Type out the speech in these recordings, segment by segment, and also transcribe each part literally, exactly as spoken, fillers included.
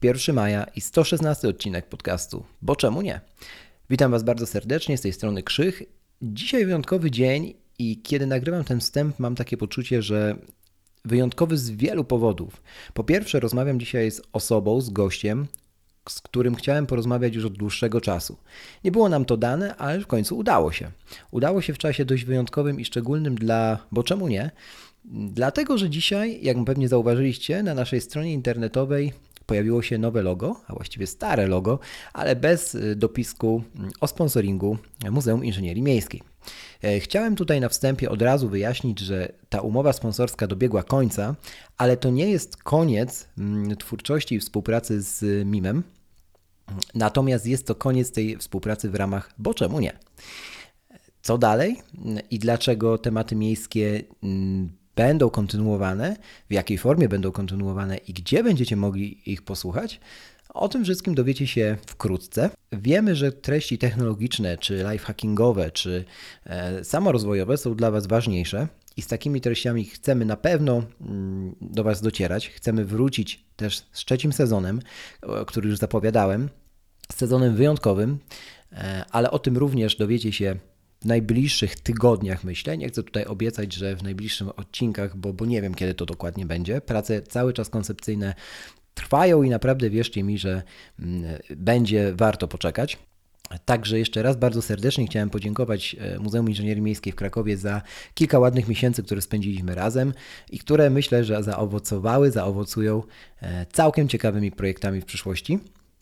pierwszego maja i sto szesnasty odcinek podcastu Bo czemu nie? Witam Was bardzo serdecznie, z tej strony Krzych. Dzisiaj wyjątkowy dzień i kiedy nagrywam ten wstęp, mam takie poczucie, że wyjątkowy z wielu powodów. Po pierwsze, rozmawiam dzisiaj z osobą, z gościem, z którym chciałem porozmawiać już od dłuższego czasu. Nie było nam to dane, ale w końcu udało się. Udało się w czasie dość wyjątkowym i szczególnym dla Bo czemu nie? Dlatego, że dzisiaj, jak pewnie zauważyliście, na naszej stronie internetowej pojawiło się nowe logo, a właściwie stare logo, ale bez dopisku o sponsoringu Muzeum Inżynierii Miejskiej. Chciałem tutaj na wstępie od razu wyjaśnić, że ta umowa sponsorska dobiegła końca, ale to nie jest koniec twórczości i współpracy z mimem, natomiast jest to koniec tej współpracy w ramach Bo czemu nie? Co dalej i dlaczego tematy miejskie będą kontynuowane, w jakiej formie będą kontynuowane i gdzie będziecie mogli ich posłuchać, o tym wszystkim dowiecie się wkrótce. Wiemy, że treści technologiczne, czy lifehackingowe, czy e, samorozwojowe są dla Was ważniejsze i z takimi treściami chcemy na pewno mm, do Was docierać. Chcemy wrócić też z trzecim sezonem, który już zapowiadałem, z sezonem wyjątkowym, e, ale o tym również dowiecie się w najbliższych tygodniach, myślę. Nie chcę tutaj obiecać, że w najbliższych odcinkach, bo, bo nie wiem, kiedy to dokładnie będzie. Prace cały czas koncepcyjne trwają i naprawdę wierzcie mi, że będzie warto poczekać. Także jeszcze raz bardzo serdecznie chciałem podziękować Muzeum Inżynierii Miejskiej w Krakowie za kilka ładnych miesięcy, które spędziliśmy razem i które myślę, że zaowocowały, zaowocują całkiem ciekawymi projektami w przyszłości.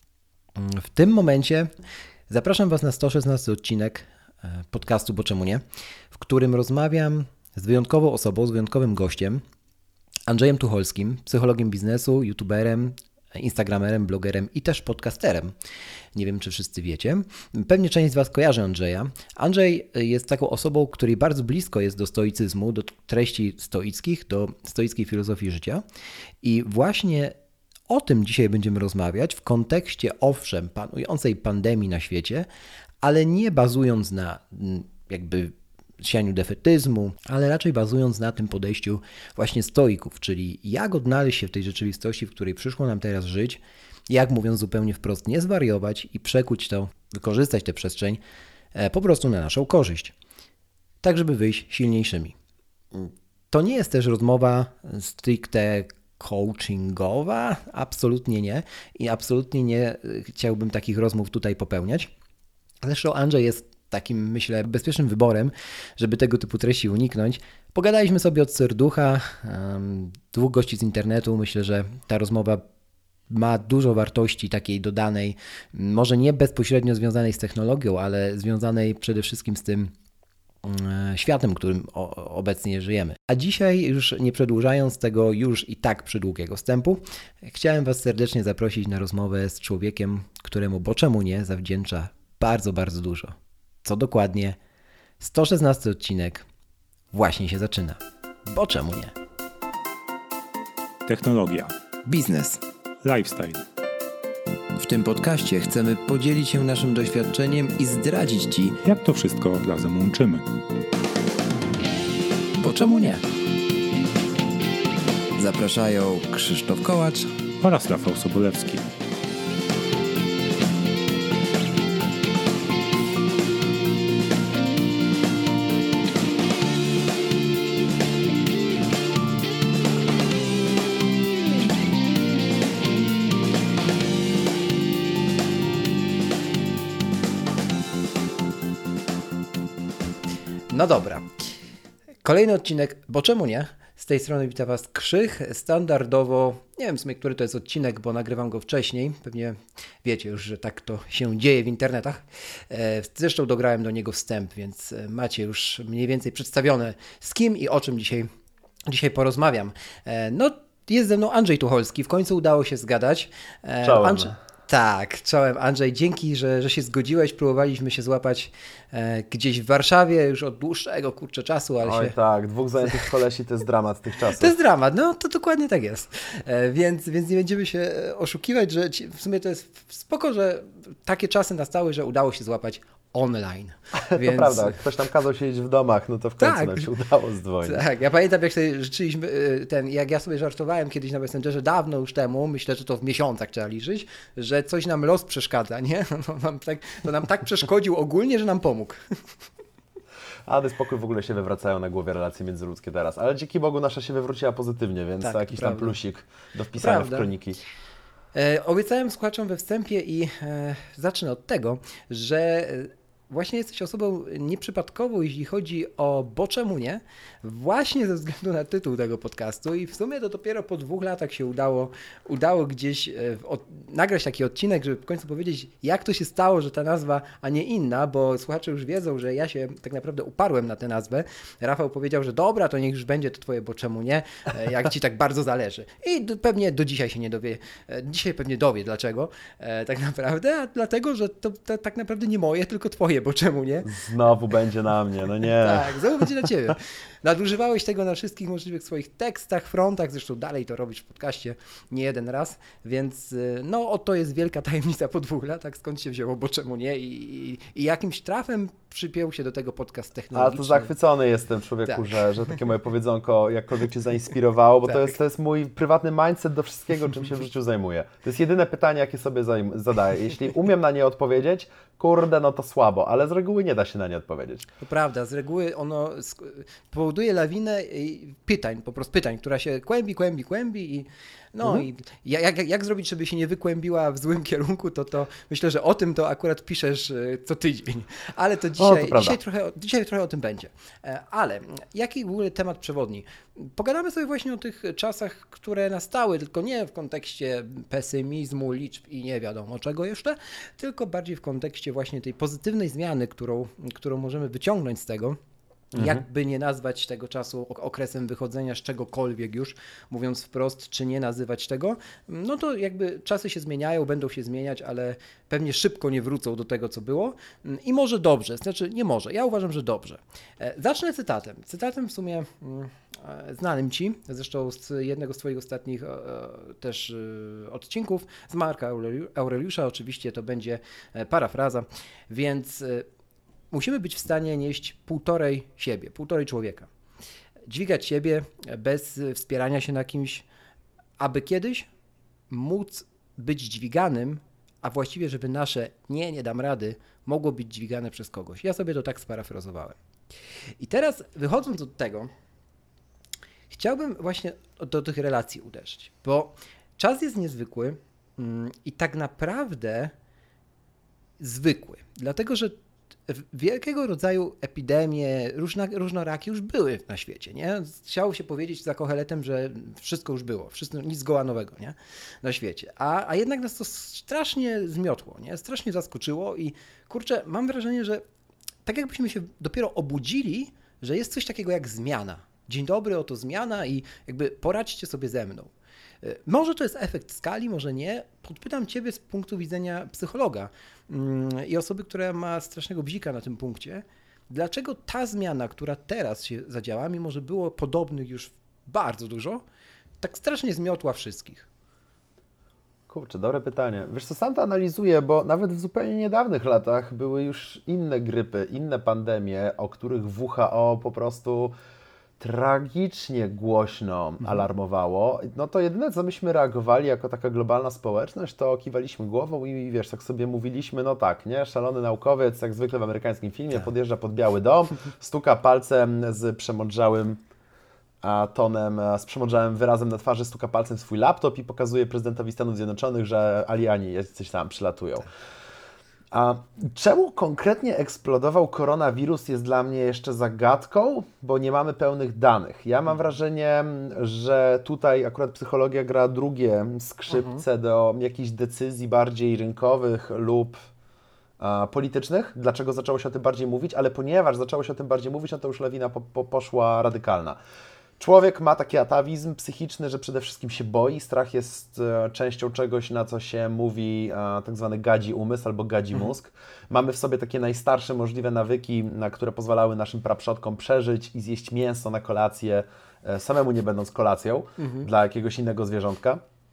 W tym momencie zapraszam Was na sto szesnasty odcinek podcastu Bo czemu nie, w którym rozmawiam z wyjątkową osobą, z wyjątkowym gościem, Andrzejem Tucholskim, psychologiem biznesu, youtuberem, instagramerem, blogerem i też podcasterem. Nie wiem, czy wszyscy wiecie. Pewnie część z Was kojarzy Andrzeja. Andrzej jest taką osobą, której bardzo blisko jest do stoicyzmu, do treści stoickich, do stoickiej filozofii życia. I właśnie o tym dzisiaj będziemy rozmawiać w kontekście, owszem, panującej pandemii na świecie, ale nie bazując na jakby sianiu defetyzmu, ale raczej bazując na tym podejściu właśnie stoików, czyli jak odnaleźć się w tej rzeczywistości, w której przyszło nam teraz żyć, jak mówiąc zupełnie wprost, nie zwariować i przekuć to, wykorzystać tę przestrzeń po prostu na naszą korzyść, tak żeby wyjść silniejszymi. To nie jest też rozmowa stricte coachingowa, absolutnie nie i absolutnie nie chciałbym takich rozmów tutaj popełniać. Zresztą Andrzej jest takim, myślę, bezpiecznym wyborem, żeby tego typu treści uniknąć. Pogadaliśmy sobie od serducha, um, dwóch gości z internetu. Myślę, że ta rozmowa ma dużo wartości takiej dodanej, może nie bezpośrednio związanej z technologią, ale związanej przede wszystkim z tym um, światem, w którym o, obecnie żyjemy. A dzisiaj, już nie przedłużając tego już i tak przydługiego wstępu, chciałem Was serdecznie zaprosić na rozmowę z człowiekiem, któremu Bo czemu nie zawdzięcza bardzo, bardzo dużo. Co dokładnie? sto szesnasty odcinek właśnie się zaczyna. Bo czemu nie? Technologia, biznes, lifestyle. W tym podcaście chcemy podzielić się naszym doświadczeniem i zdradzić Ci, jak to wszystko razem łączymy. Bo czemu nie? Zapraszają Krzysztof Kołacz oraz Rafał Sobolewski. No dobra. Kolejny odcinek, Bo czemu nie? Z tej strony witam Was Krzych. Standardowo, nie wiem w sumie, który to jest odcinek, bo nagrywam go wcześniej. Pewnie wiecie już, że tak to się dzieje w internetach. Zresztą dograłem do niego wstęp, więc macie już mniej więcej przedstawione z kim i o czym dzisiaj, dzisiaj porozmawiam. No, jest ze mną Andrzej Tucholski. W końcu udało się zgadać. Czołem. Andrzej... Tak, czołem Andrzej, dzięki, że, że się zgodziłeś, próbowaliśmy się złapać e, gdzieś w Warszawie już od dłuższego, kurczę, czasu, ale Oj się... tak, dwóch zajętych kolesi to jest dramat tych czasów. To jest dramat, no to dokładnie tak jest, e, więc, więc nie będziemy się oszukiwać, że ci, w sumie to jest spoko, że takie czasy nastały, że udało się złapać online. To Więc... prawda, ktoś tam kazał siedzieć w domach, no to w końcu Tak. nam się udało zdzwonić. Tak, ja pamiętam jak sobie życzyliśmy, y, ten, jak ja sobie żartowałem kiedyś na Messengerze dawno już temu, myślę, że to w miesiącach trzeba liczyć, że coś nam los przeszkadza, nie? No, nam tak, to nam tak przeszkodził ogólnie, że nam pomógł. A daj spokój, w ogóle się wywracają na głowie relacje międzyludzkie teraz, ale dzięki Bogu nasza się wywróciła pozytywnie, więc Tak, to jakiś prawda. tam plusik do wpisania Prawda. w kroniki. E, obiecałem słuchaczom we wstępie i e, zacznę od tego, że e, właśnie jesteś osobą nieprzypadkową, jeśli chodzi o Bo czemu nie? Właśnie ze względu na tytuł tego podcastu i w sumie to dopiero po dwóch latach się udało, udało gdzieś e, od, nagrać taki odcinek, żeby w końcu powiedzieć, jak to się stało, że ta nazwa, a nie inna, bo słuchacze już wiedzą, że ja się tak naprawdę uparłem na tę nazwę. Rafał powiedział, że dobra, to niech już będzie to twoje Bo czemu nie? E, jak ci tak bardzo zależy. I do, pewnie do dzisiaj się nie dowie. E, dzisiaj pewnie dowie dlaczego e, tak naprawdę, a dlatego, że to, to tak naprawdę nie moje, tylko twoje, bo czemu nie? Znowu będzie na mnie, no nie. Tak, znowu będzie na ciebie. Nadużywałeś tego na wszystkich możliwych swoich tekstach, frontach, zresztą dalej to robisz w podcaście nie jeden raz, więc no oto jest wielka tajemnica po dwóch latach, skąd się wzięło, bo czemu nie? I, i, i jakimś trafem przypiął się do tego podcast A technologiczny. to zachwycony jestem, człowieku, Tak. że, że takie moje powiedzonko jakkolwiek Cię zainspirowało, bo Tak. to, jest, to jest mój prywatny mindset do wszystkiego, czym się w życiu zajmuję. To jest jedyne pytanie, jakie sobie zajm- zadaję. Jeśli umiem na nie odpowiedzieć, kurde, no to słabo, ale z reguły nie da się na nie odpowiedzieć. To prawda, z reguły ono sk- powoduje lawinę i pytań, po prostu pytań, która się kłębi, kłębi, kłębi i no Mhm. i jak, jak, jak zrobić, żeby się nie wykłębiła w złym kierunku, to, to myślę, że o tym to akurat piszesz y, co tydzień, ale to dzisiaj, to prawda. dzisiaj, trochę, dzisiaj trochę o tym będzie. E, Ale jaki w ogóle temat przewodni? Pogadamy sobie właśnie o tych czasach, które nastały, tylko nie w kontekście pesymizmu, liczb i nie wiadomo czego jeszcze, tylko bardziej w kontekście właśnie tej pozytywnej zmiany, którą, którą możemy wyciągnąć z tego. Mhm. Jakby nie nazwać tego czasu ok- okresem wychodzenia z czegokolwiek już, mówiąc wprost, czy nie nazywać tego, no to jakby czasy się zmieniają, będą się zmieniać, ale pewnie szybko nie wrócą do tego, co było i może dobrze, znaczy nie może, ja uważam, że dobrze. E, Zacznę cytatem, cytatem w sumie mm, e, znanym Ci, zresztą z jednego z Twoich ostatnich e, też e, odcinków, z Marka Aureliu- Aureliusza, oczywiście to będzie e, parafraza, więc e, musimy być w stanie nieść półtorej siebie, półtorej człowieka. Dźwigać siebie bez wspierania się na kimś, aby kiedyś móc być dźwiganym, a właściwie, żeby nasze nie, nie dam rady, mogło być dźwigane przez kogoś. Ja sobie to tak sparafrazowałem. I teraz wychodząc od tego, chciałbym właśnie do tych relacji uderzyć, bo czas jest niezwykły mm, i tak naprawdę zwykły, dlatego że wielkiego rodzaju epidemie, różna, różnorakie już były na świecie, nie? Chciało się powiedzieć za Koheletem, że wszystko już było, wszystko, nic zgoła nowego, nie? Na świecie. A, a jednak nas to strasznie zmiotło, nie? Strasznie zaskoczyło i kurczę, mam wrażenie, że tak jakbyśmy się dopiero obudzili, że jest coś takiego jak zmiana. Dzień dobry, oto zmiana i jakby poradźcie sobie ze mną. Może to jest efekt skali, może nie. Podpytam Ciebie z punktu widzenia psychologa i osoby, która ma strasznego bzika na tym punkcie. Dlaczego ta zmiana, która teraz się zadziała, mimo że było podobnych już bardzo dużo, tak strasznie zmiotła wszystkich? Kurczę, dobre pytanie. Wiesz co, sam to analizuję, bo nawet w zupełnie niedawnych latach były już inne grypy, inne pandemie, o których W H O po prostu tragicznie głośno alarmowało. No to jedyne, co myśmy reagowali jako taka globalna społeczność, to kiwaliśmy głową i wiesz, tak sobie mówiliśmy, no tak, nie? Szalony naukowiec, jak zwykle w amerykańskim filmie, Tak. podjeżdża pod Biały Dom, stuka palcem z przemądrzałym a tonem, z przemądrzałym wyrazem na twarzy, stuka palcem w swój laptop i pokazuje prezydentowi Stanów Zjednoczonych, że alieni coś tam przylatują. A czemu konkretnie eksplodował koronawirus jest dla mnie jeszcze zagadką, bo nie mamy pełnych danych. Ja mam wrażenie, że tutaj akurat psychologia gra drugie skrzypce do jakichś decyzji bardziej rynkowych lub a, politycznych. Dlaczego zaczęło się o tym bardziej mówić? Ale ponieważ zaczęło się o tym bardziej mówić, no to już lawina po, po, poszła radykalna. Człowiek ma taki atawizm psychiczny, że przede wszystkim się boi. Strach jest e, częścią czegoś, na co się mówi e, tak zwany gadzi umysł albo gadzi mózg. Mhm. Mamy w sobie takie najstarsze możliwe nawyki, na które pozwalały naszym praprzodkom przeżyć i zjeść mięso na kolację, e, samemu nie będąc kolacją mhm. dla jakiegoś innego zwierzątka.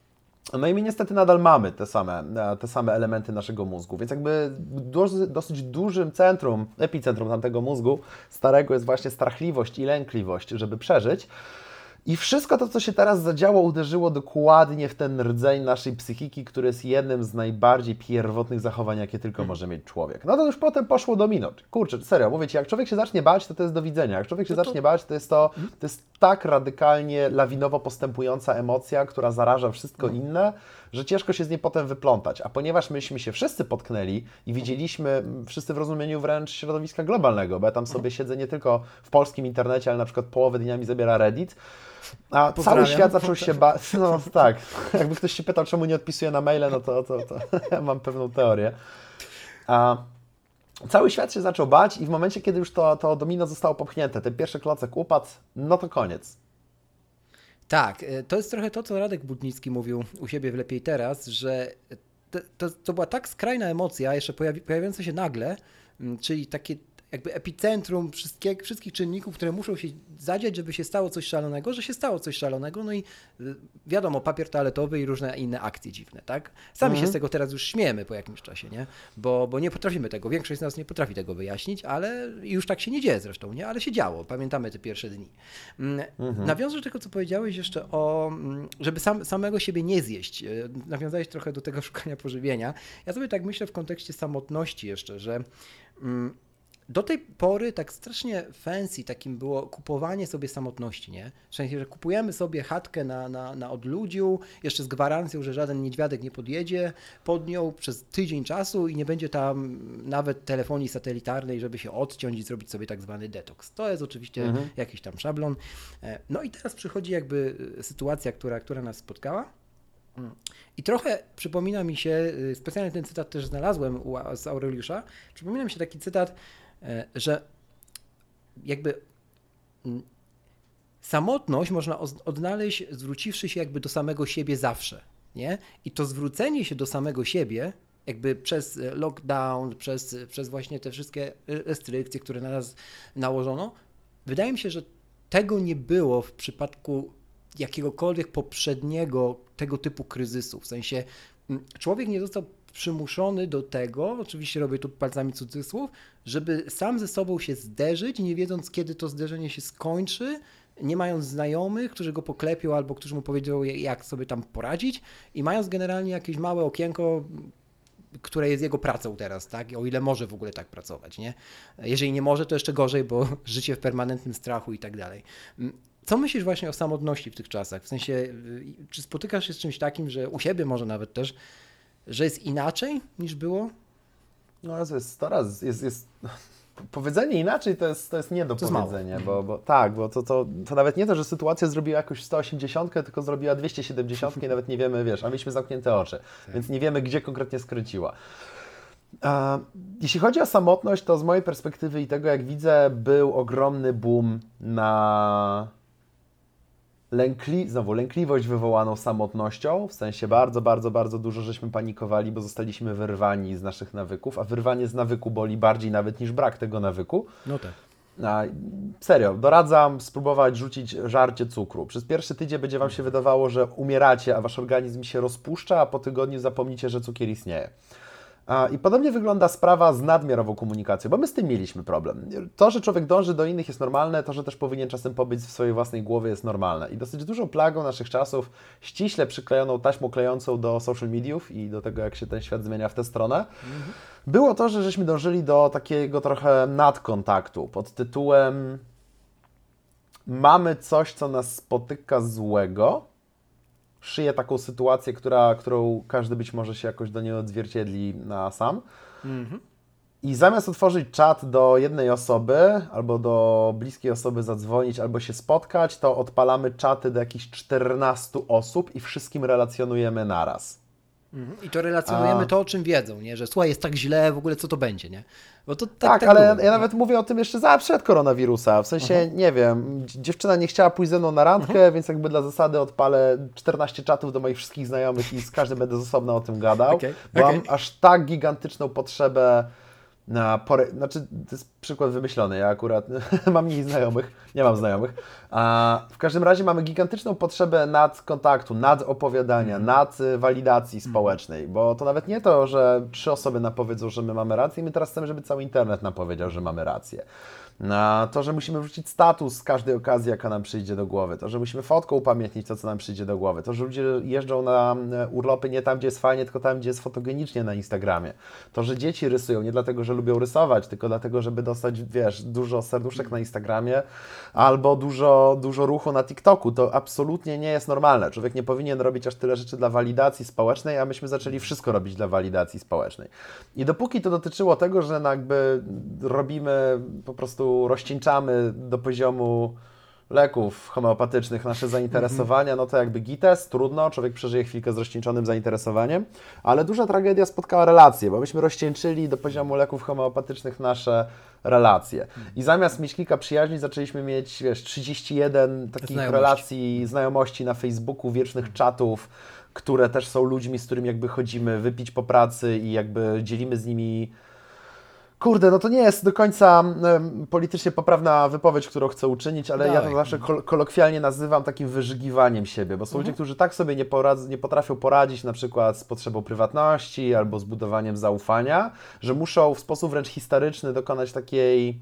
No i my niestety nadal mamy te same, te same elementy naszego mózgu, więc jakby dosyć, dosyć dużym centrum, epicentrum tamtego mózgu starego jest właśnie strachliwość i lękliwość, żeby przeżyć. I wszystko to, co się teraz zadziało, uderzyło dokładnie w ten rdzeń naszej psychiki, który jest jednym z najbardziej pierwotnych zachowań, jakie tylko może mieć człowiek. No to już potem poszło domino. Kurczę, serio, mówię Ci, jak człowiek się zacznie bać, to to jest do widzenia. Jak człowiek się No to... zacznie bać, to jest to, to jest tak radykalnie, lawinowo postępująca emocja, która zaraża wszystko inne, że ciężko się z niej potem wyplątać. A ponieważ myśmy się wszyscy potknęli i widzieliśmy, wszyscy w rozumieniu wręcz środowiska globalnego, bo ja tam sobie siedzę nie tylko w polskim internecie, ale na przykład połowę dnia mi zabiera Reddit, a cały świat zaczął się bać. No tak, jakby ktoś się pytał, czemu nie odpisuje na maile, no to, to, to ja mam pewną teorię. A cały świat się zaczął bać i w momencie, kiedy już to, to domino zostało popchnięte, ten pierwszy klocek upadł, no to koniec. Tak, to jest trochę to, co Radek Budnicki mówił u siebie w Lepiej Teraz, że to, to, to była tak skrajna emocja, jeszcze pojawi, pojawiająca się nagle, czyli takie jakby epicentrum wszystkie, wszystkich czynników, które muszą się zadziać, żeby się stało coś szalonego, że się stało coś szalonego, no i wiadomo, papier toaletowy i różne inne akcje dziwne, tak? Sami mhm. się z tego teraz już śmiejemy po jakimś czasie, nie? Bo, bo nie potrafimy tego, większość z nas nie potrafi tego wyjaśnić, ale już tak się nie dzieje zresztą, nie? Ale się działo, pamiętamy te pierwsze dni. Mhm. Nawiążę do tego, co powiedziałeś jeszcze o, żeby sam, samego siebie nie zjeść. Nawiązałeś trochę do tego szukania pożywienia. Ja sobie tak myślę w kontekście samotności jeszcze, że do tej pory tak strasznie fancy takim było kupowanie sobie samotności, nie? W sensie, że kupujemy sobie chatkę na, na, na odludziu, jeszcze z gwarancją, że żaden niedźwiadek nie podjedzie pod nią przez tydzień czasu i nie będzie tam nawet telefonii satelitarnej, żeby się odciąć i zrobić sobie tak zwany detoks. To jest oczywiście mhm. jakiś tam szablon. No i teraz przychodzi jakby sytuacja, która, która nas spotkała. I trochę przypomina mi się, specjalnie ten cytat też znalazłem u, z Aureliusza, przypomina mi się taki cytat, że jakby samotność można odnaleźć, zwróciwszy się jakby do samego siebie zawsze, nie? I to zwrócenie się do samego siebie, jakby przez lockdown, przez, przez właśnie te wszystkie restrykcje, które na nas nałożono, wydaje mi się, że tego nie było w przypadku jakiegokolwiek poprzedniego tego typu kryzysu. W sensie człowiek nie został przymuszony do tego, oczywiście robię tu palcami cudzysłów, żeby sam ze sobą się zderzyć, nie wiedząc, kiedy to zderzenie się skończy, nie mając znajomych, którzy go poklepią albo którzy mu powiedzą, jak sobie tam poradzić i mając generalnie jakieś małe okienko, które jest jego pracą teraz, tak? O ile może w ogóle tak pracować, nie? Jeżeli nie może, to jeszcze gorzej, bo życie w permanentnym strachu i tak dalej. Co myślisz właśnie o samotności w tych czasach? W sensie, czy spotykasz się z czymś takim, że u siebie może nawet też, że jest inaczej niż było? No to jest teraz, jest, jest... Powiedzenie inaczej to jest, to jest nie do to powiedzenia, jest bo, bo tak, bo to, to, to nawet nie to, że sytuacja zrobiła jakoś sto osiemdziesiąt, tylko zrobiła dwieście siedemdziesiąt i nawet nie wiemy, wiesz, a mieliśmy zamknięte oczy, tak. Więc nie wiemy, gdzie konkretnie skręciła. A, jeśli chodzi o samotność, to z mojej perspektywy i tego, jak widzę, był ogromny boom na lękli, znowu lękliwość wywołaną samotnością, w sensie bardzo, bardzo, bardzo dużo żeśmy panikowali, bo zostaliśmy wyrwani z naszych nawyków, a wyrwanie z nawyku boli bardziej nawet niż brak tego nawyku. No tak. A, serio, doradzam spróbować rzucić żarcie cukru. Przez pierwszy tydzień będzie Wam się wydawało, że umieracie, a Wasz organizm się rozpuszcza, a po tygodniu zapomnicie, że cukier istnieje. I podobnie wygląda sprawa z nadmiarową komunikacją, bo my z tym mieliśmy problem. To, że człowiek dąży do innych jest normalne, to, że też powinien czasem pobyć w swojej własnej głowie jest normalne. I dosyć dużą plagą naszych czasów, ściśle przyklejoną taśmą klejącą do social mediów i do tego, jak się ten świat zmienia w tę stronę, mhm. było to, że żeśmy dążyli do takiego trochę nadkontaktu pod tytułem mamy coś, co nas spotyka złego, szyję taką sytuację, która, którą każdy być może się jakoś do niej odzwierciedli na sam. Mm-hmm. I zamiast otworzyć czat do jednej osoby, albo do bliskiej osoby zadzwonić, albo się spotkać, to odpalamy czaty do jakichś czternastu osób i wszystkim relacjonujemy naraz. Mm-hmm. I to relacjonujemy A... to, o czym wiedzą, nie? Że słuchaj, jest tak źle, w ogóle co to będzie, nie? Bo to tak, tak, tak ale było, ja nawet mówię o tym jeszcze za przed koronawirusa, w sensie, uh-huh. nie wiem, dziewczyna nie chciała pójść ze mną na randkę, uh-huh. więc jakby dla zasady odpalę czternaście czatów do moich wszystkich znajomych i z każdym będę z osobna o tym gadał, okay. bo okay. mam aż tak gigantyczną potrzebę na pore... znaczy to jest przykład wymyślony, ja akurat mam mniej znajomych, nie mam znajomych. A w każdym razie mamy gigantyczną potrzebę nadkontaktu, nadopowiadania, mm. nadwalidacji społecznej, bo to nawet nie to, że trzy osoby nam powiedzą, że my mamy rację, my teraz chcemy, żeby cały internet nam powiedział, że mamy rację. Na to, że musimy wrzucić status z każdej okazji, jaka nam przyjdzie do głowy, to, że musimy fotką upamiętnić to, co nam przyjdzie do głowy, to, że ludzie jeżdżą na urlopy nie tam, gdzie jest fajnie, tylko tam, gdzie jest fotogenicznie na Instagramie, to, że dzieci rysują nie dlatego, że lubią rysować, tylko dlatego, żeby dostać, wiesz, dużo serduszek na Instagramie albo dużo, dużo ruchu na TikToku, to absolutnie nie jest normalne. Człowiek nie powinien robić aż tyle rzeczy dla walidacji społecznej, a myśmy zaczęli wszystko robić dla walidacji społecznej. I dopóki to dotyczyło tego, że jakby robimy po prostu rozcieńczamy do poziomu leków homeopatycznych nasze zainteresowania, no to jakby gites, trudno, człowiek przeżyje chwilkę z rozcieńczonym zainteresowaniem, ale duża tragedia spotkała relacje, bo myśmy rozcieńczyli do poziomu leków homeopatycznych nasze relacje. I zamiast mieć kilka przyjaźni, zaczęliśmy mieć, wiesz, trzydzieści jeden takich Znajomości. relacji, znajomości na Facebooku, wiecznych czatów, które też są ludźmi, z którymi jakby chodzimy wypić po pracy i jakby dzielimy z nimi. Kurde, no to nie jest do końca um, politycznie poprawna wypowiedź, którą chcę uczynić, ale Dawaj. ja to zawsze kol- kolokwialnie nazywam takim wyżygiwaniem siebie, bo są Mhm. ludzie, którzy tak sobie nie, poradz- nie potrafią poradzić na przykład z potrzebą prywatności albo z budowaniem zaufania, że muszą w sposób wręcz historyczny dokonać takiej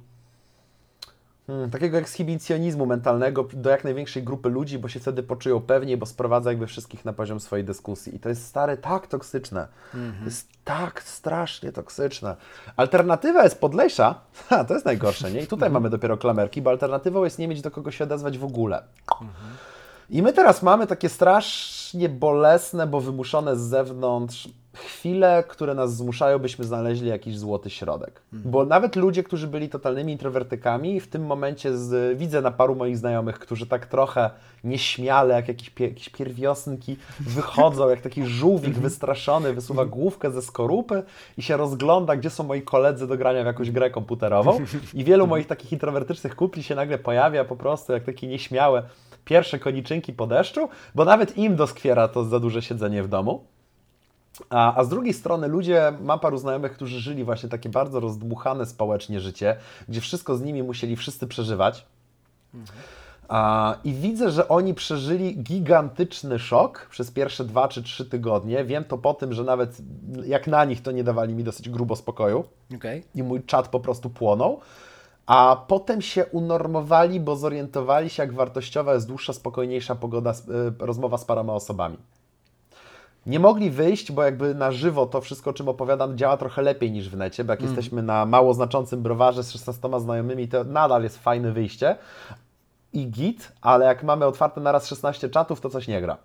Hmm, takiego ekshibicjonizmu mentalnego do jak największej grupy ludzi, bo się wtedy poczują pewniej, bo sprowadza jakby wszystkich na poziom swojej dyskusji. I to jest, stary, tak toksyczne. Mm-hmm. To jest tak strasznie toksyczne. Alternatywa jest podlejsza. Ha, to jest najgorsze, nie? I tutaj mm-hmm. mamy dopiero klamerki, bo alternatywą jest nie mieć do kogo się odezwać w ogóle. Mm-hmm. I my teraz mamy takie strasznie bolesne, bo wymuszone z zewnątrz chwile, które nas zmuszają, byśmy znaleźli jakiś złoty środek. Mhm. Bo nawet ludzie, którzy byli totalnymi introwertykami, w tym momencie z, widzę na paru moich znajomych, którzy tak trochę nieśmiale, jak jakieś, pie, jakieś pierwiosnki, wychodzą, jak taki żółwik wystraszony, wysuwa główkę ze skorupy i się rozgląda, gdzie są moi koledzy do grania w jakąś grę komputerową. I wielu moich takich introwertycznych kupli się nagle pojawia po prostu jak takie nieśmiałe pierwsze koniczynki po deszczu, bo nawet im doskwiera to za duże siedzenie w domu. A, a z drugiej strony ludzie, mam paru znajomych, którzy żyli właśnie takie bardzo rozdmuchane społecznie życie, gdzie wszystko z nimi musieli wszyscy przeżywać. Mhm. A, I widzę, że oni przeżyli gigantyczny szok przez pierwsze dwa czy trzy tygodnie. Wiem to po tym, że nawet jak na nich, to nie dawali mi dosyć grubo spokoju. Okay. I mój czat po prostu płonął. A potem się unormowali, bo zorientowali się, jak wartościowa jest dłuższa, spokojniejsza pogoda, rozmowa z paroma osobami. Nie mogli wyjść, bo jakby na żywo to wszystko, o czym opowiadam, działa trochę lepiej niż w necie, bo jak mm. jesteśmy na mało znaczącym browarze z szesnastoma znajomymi, to nadal jest fajne wyjście i git, ale jak mamy otwarte naraz szesnaście czatów, to coś nie gra.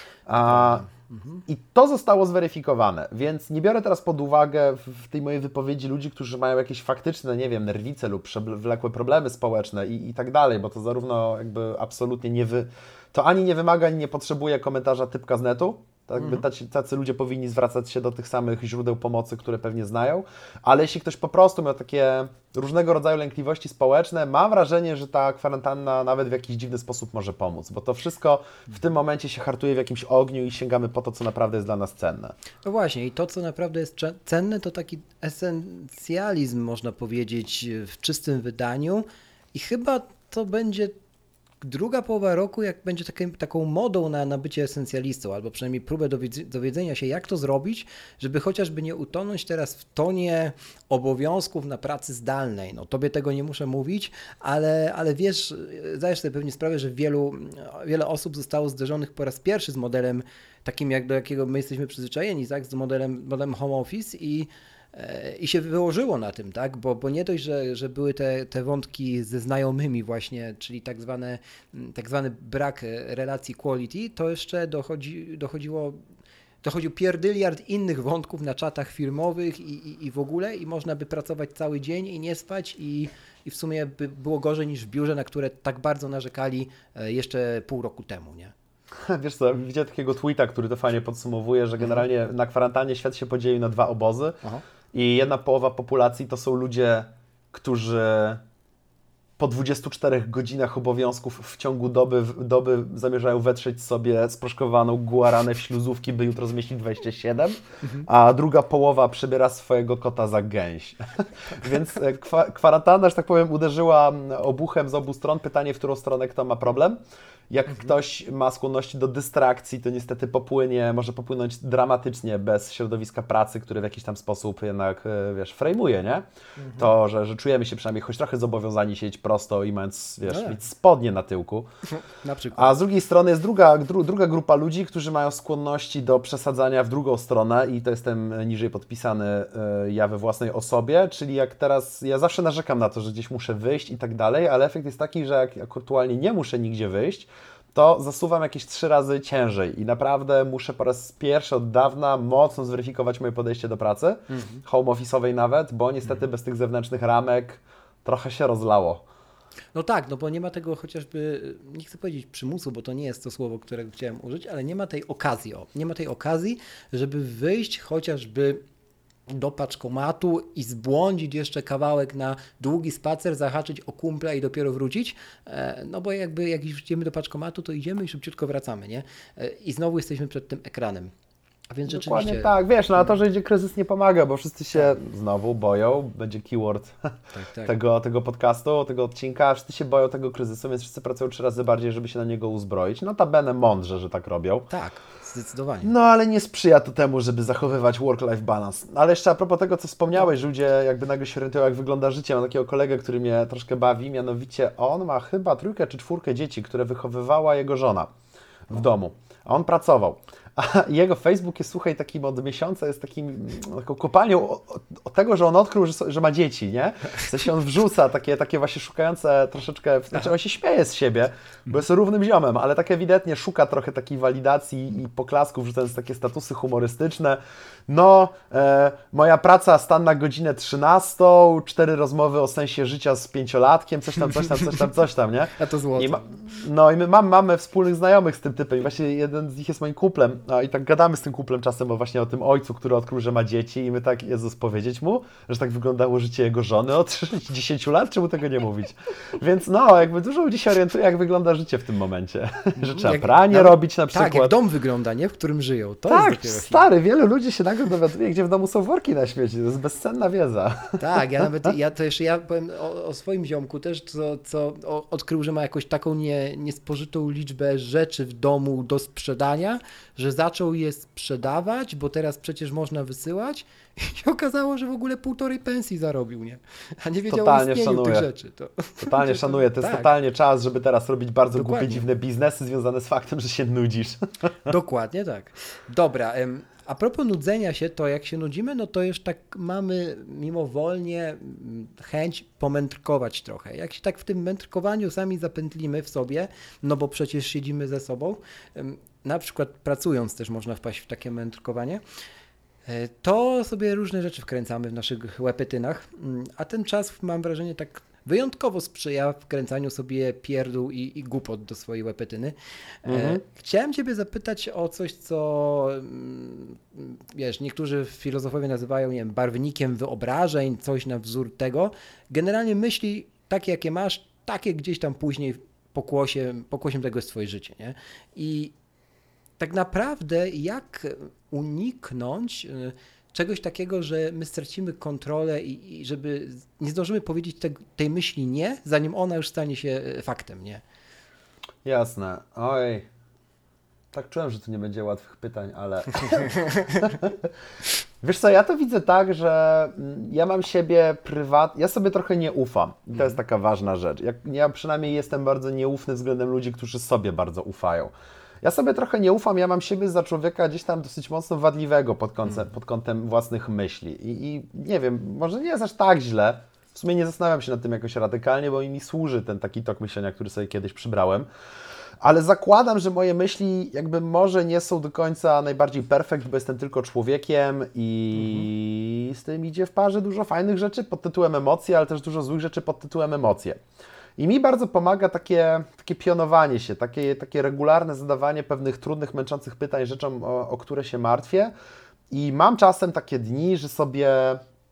A, mhm. I to zostało zweryfikowane, więc nie biorę teraz pod uwagę w tej mojej wypowiedzi ludzi, którzy mają jakieś faktyczne, nie wiem, nerwice lub przewlekłe problemy społeczne i, i tak dalej, bo to zarówno jakby absolutnie nie wy... To ani nie wymaga, ani nie potrzebuje komentarza typka z netu. Tak, mm. tacy, tacy ludzie powinni zwracać się do tych samych źródeł pomocy, które pewnie znają, ale jeśli ktoś po prostu miał takie różnego rodzaju lękliwości społeczne, mam wrażenie, że ta kwarantanna nawet w jakiś dziwny sposób może pomóc, bo to wszystko w tym momencie się hartuje w jakimś ogniu i sięgamy po to, co naprawdę jest dla nas cenne. No właśnie i to, co naprawdę jest cenne, to taki esencjalizm, można powiedzieć, w czystym wydaniu i chyba to będzie druga połowa roku, jak będzie takim, taką modą na, na bycie esencjalistą, albo przynajmniej próbę dowiedz- dowiedzenia się, jak to zrobić, żeby chociażby nie utonąć teraz w tonie obowiązków na pracy zdalnej. No, tobie tego nie muszę mówić, ale, ale wiesz, zdajesz sobie pewnie sprawę, że wielu, wiele osób zostało zderzonych po raz pierwszy z modelem takim, jak do jakiego my jesteśmy przyzwyczajeni, tak? Z modelem, modelem home office i I się wyłożyło na tym, tak? Bo, bo nie dość, że, że były te, te wątki ze znajomymi właśnie, czyli tak, zwane, tak zwany brak relacji quality, to jeszcze dochodzi, dochodziło, dochodził pierdyliard innych wątków na czatach firmowych i, i, i w ogóle i można by pracować cały dzień i nie spać i, i w sumie by było gorzej niż w biurze, na które tak bardzo narzekali jeszcze pół roku temu, nie? Wiesz co, widziałem takiego tweeta, który to fajnie podsumowuje, że generalnie na kwarantannie świat się podzielił na dwa obozy. Aha. I jedna połowa populacji to są ludzie, którzy po dwudziestu czterech godzinach obowiązków w ciągu doby, doby zamierzają wetrzeć sobie sproszkowaną guaranę w śluzówki, by jutro zmieścić dwadzieścia siedem, mhm. a druga połowa przebiera swojego kota za gęś. Więc kwa, kwarantanna, że tak powiem, uderzyła obuchem z obu stron. Pytanie, w którą stronę kto ma problem. Jak mhm. ktoś ma skłonności do dystrakcji, to niestety popłynie, może popłynąć dramatycznie bez środowiska pracy, które w jakiś tam sposób jednak, wiesz, frejmuje, nie? Mhm. To, że, że czujemy się przynajmniej choć trochę zobowiązani siedzieć prosto i mając, wiesz, no mieć spodnie na tyłku. Na przykład. A z drugiej strony jest druga, dru, druga grupa ludzi, którzy mają skłonności do przesadzania w drugą stronę i to jestem niżej podpisany y, ja we własnej osobie, czyli jak teraz, ja zawsze narzekam na to, że gdzieś muszę wyjść i tak dalej, ale efekt jest taki, że jak aktualnie nie muszę nigdzie wyjść, to zasuwam jakieś trzy razy ciężej i naprawdę muszę po raz pierwszy od dawna mocno zweryfikować moje podejście do pracy, mhm. home office'owej nawet, bo niestety mhm. bez tych zewnętrznych ramek trochę się rozlało. No tak, no bo nie ma tego chociażby, nie chcę powiedzieć przymusu, bo to nie jest to słowo, którego chciałem użyć, ale nie ma tej okazji, o, nie ma tej okazji, żeby wyjść chociażby do paczkomatu i zbłądzić jeszcze kawałek na długi spacer, zahaczyć o kumpla i dopiero wrócić, no bo jakby jak już idziemy do paczkomatu, to idziemy i szybciutko wracamy, nie? I znowu jesteśmy przed tym ekranem. A więc Dokładnie rzeczywiście... tak, wiesz, no a to, że idzie kryzys nie pomaga, bo wszyscy się znowu boją, będzie keyword tak, tak. Tego, tego podcastu, tego odcinka, wszyscy się boją tego kryzysu, więc wszyscy pracują trzy razy bardziej, żeby się na niego uzbroić. Notabene mądrze, że tak robią. Tak, zdecydowanie. No ale nie sprzyja to temu, żeby zachowywać work-life balance. Ale jeszcze a propos tego, co wspomniałeś, że ludzie jakby nagle się orientują, jak wygląda życie. Mam takiego kolegę, który mnie troszkę bawi, mianowicie on ma chyba trójkę czy czwórkę dzieci, które wychowywała jego żona w domu, a on pracował. A jego Facebook jest, słuchaj, takim od miesiąca, jest takim, taką kopalnią o, o, o tego, że on odkrył, że, że ma dzieci, nie? W sensie on wrzuca takie, takie właśnie szukające troszeczkę, znaczy on się śmieje z siebie, bo jest równym ziomem, ale tak ewidentnie szuka trochę takiej walidacji i poklasków, wrzucając takie statusy humorystyczne. No, e, moja praca, stan na godzinę trzynastą, cztery rozmowy o sensie życia z pięciolatkiem, coś tam, coś tam, coś tam, coś tam, nie? A to złoto. I ma, no i my mam, mamy wspólnych znajomych z tym typem i właśnie jeden z nich jest moim kumplem, no i tak gadamy z tym kumplem czasem o właśnie o tym ojcu, który odkrył, że ma dzieci i my tak, Jezus, powiedzieć mu, że tak wyglądało życie jego żony od dziesięciu lat, czemu tego nie mówić? Więc no, jakby dużo ludzi się orientuje, jak wygląda życie w tym momencie, że trzeba jak, pranie nawet, robić na przykład. Tak, jak dom wygląda, nie? W którym żyją. To tak, jest stary, film. Wielu ludzi się nagle dowiaduje, gdzie w domu są worki na śmieci, to jest bezcenna wiedza. Tak, ja nawet, ja to jeszcze, ja powiem o, o swoim ziomku też, co, co odkrył, że ma jakąś taką nie, niespożytą liczbę rzeczy w domu do sprzedania, że zaczął je sprzedawać, bo teraz przecież można wysyłać i się okazało, że w ogóle półtorej pensji zarobił, nie? A nie wiedział totalnie o istnieniu szanuję. tych rzeczy. To, totalnie szanuję, to jest tak. totalnie czas, żeby teraz robić bardzo Dokładnie. głupie, dziwne biznesy związane z faktem, że się nudzisz. Dokładnie tak. Dobra, a propos nudzenia się, to jak się nudzimy, no to już tak mamy mimowolnie chęć pomędrkować trochę. Jak się tak w tym mędrkowaniu sami zapętlimy w sobie, no bo przecież siedzimy ze sobą, na przykład pracując też można wpaść w takie mędrkowanie, to sobie różne rzeczy wkręcamy w naszych łepetynach, a ten czas, mam wrażenie, tak wyjątkowo sprzyja wkręcaniu sobie pierdół i, i głupot do swojej łepetyny. Mhm. Chciałem Ciebie zapytać o coś, co wiesz, niektórzy filozofowie nazywają, nie wiem, barwnikiem wyobrażeń, coś na wzór tego. Generalnie myśli takie, jakie masz, takie gdzieś tam później pokłosiem, pokłosiem tego jest Twoje życie, nie? I tak naprawdę jak uniknąć czegoś takiego, że my stracimy kontrolę i, i żeby nie zdążymy powiedzieć te, tej myśli nie, zanim ona już stanie się faktem, nie? Jasne. Oj. Tak czułem, że tu nie będzie łatwych pytań, ale... Wiesz co, ja to widzę tak, że ja mam siebie prywatnie, ja sobie trochę nie ufam. I to jest taka ważna rzecz. Ja, ja przynajmniej jestem bardzo nieufny względem ludzi, którzy sobie bardzo ufają. Ja sobie trochę nie ufam, ja mam siebie za człowieka gdzieś tam dosyć mocno wadliwego pod kątem, pod kątem własnych myśli. I, I nie wiem, może nie jest aż tak źle. W sumie nie zastanawiam się nad tym jakoś radykalnie, bo mi służy ten taki tok myślenia, który sobie kiedyś przybrałem. Ale zakładam, że moje myśli jakby może nie są do końca najbardziej perfekt, bo jestem tylko człowiekiem i mhm. z tym idzie w parze dużo fajnych rzeczy pod tytułem emocje, ale też dużo złych rzeczy pod tytułem emocje. I mi bardzo pomaga takie, takie pionowanie się, takie, takie regularne zadawanie pewnych trudnych, męczących pytań rzeczom, o, o które się martwię. I mam czasem takie dni, że sobie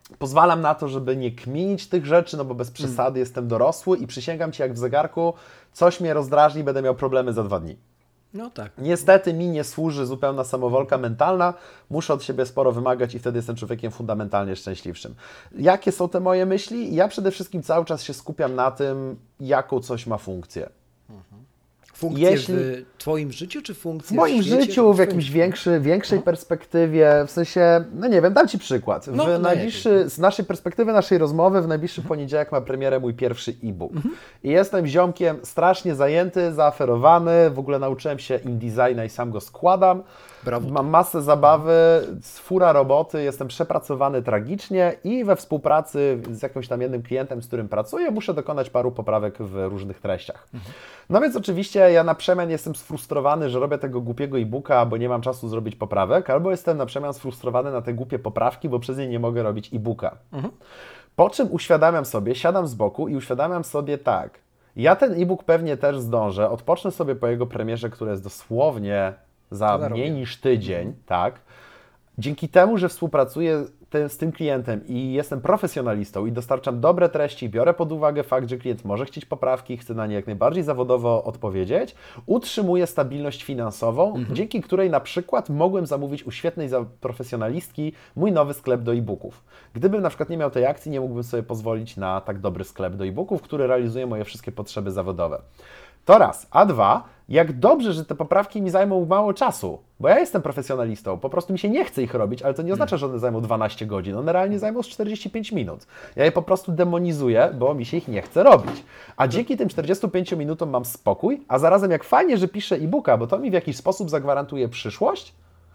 pozwalam na to, żeby nie kminić tych rzeczy, no bo bez przesady mm. jestem dorosły i przysięgam Ci jak w zegarku, coś mnie rozdrażni, będę miał problemy za dwa dni. No tak. Niestety mi nie służy zupełna samowolka mentalna, muszę od siebie sporo wymagać i wtedy jestem człowiekiem fundamentalnie szczęśliwszym. Jakie są te moje myśli? Ja przede wszystkim cały czas się skupiam na tym, jaką coś ma funkcję. Mhm. Funkcje Jeśli... w Twoim życiu, czy funkcje w moim w świecie, życiu, w jakimś większy, większej no. perspektywie, w sensie, no nie wiem, dam Ci przykład. W no, najbliższy, z naszej perspektywy, naszej rozmowy, w najbliższy mhm. poniedziałek ma premierę mój pierwszy e-book. Mhm. I jestem ziomkiem strasznie zajęty, zaaferowany, w ogóle nauczyłem się InDesigna i sam go składam. Brawo. Mam masę zabawy, fura roboty, jestem przepracowany tragicznie i we współpracy z jakimś tam jednym klientem, z którym pracuję, muszę dokonać paru poprawek w różnych treściach. Mhm. No więc oczywiście ja na przemian jestem sfrustrowany, że robię tego głupiego e-booka, bo nie mam czasu zrobić poprawek, albo jestem na przemian sfrustrowany na te głupie poprawki, bo przez nie nie mogę robić e-booka. Mhm. Po czym uświadamiam sobie, siadam z boku i uświadamiam sobie tak, ja ten e-book pewnie też zdążę, odpocznę sobie po jego premierze, która jest dosłownie za mniej niż tydzień, mhm. tak. Dzięki temu, że współpracuję te, z tym klientem i jestem profesjonalistą i dostarczam dobre treści, biorę pod uwagę fakt, że klient może chcieć poprawki, chcę na nie jak najbardziej zawodowo odpowiedzieć, utrzymuję stabilność finansową, mhm. dzięki której na przykład mogłem zamówić u świetnej profesjonalistki mój nowy sklep do e-booków. Gdybym na przykład nie miał tej akcji, nie mógłbym sobie pozwolić na tak dobry sklep do e-booków, który realizuje moje wszystkie potrzeby zawodowe. To raz. A dwa, jak dobrze, że te poprawki mi zajmą mało czasu, bo ja jestem profesjonalistą, po prostu mi się nie chce ich robić, ale to nie oznacza, że one zajmą dwanaście godzin, one realnie zajmą czterdzieści pięć minut. Ja je po prostu demonizuję, bo mi się ich nie chce robić. A dzięki tym czterdziestu pięciu minutom mam spokój, a zarazem jak fajnie, że piszę e-booka, bo to mi w jakiś sposób zagwarantuje przyszłość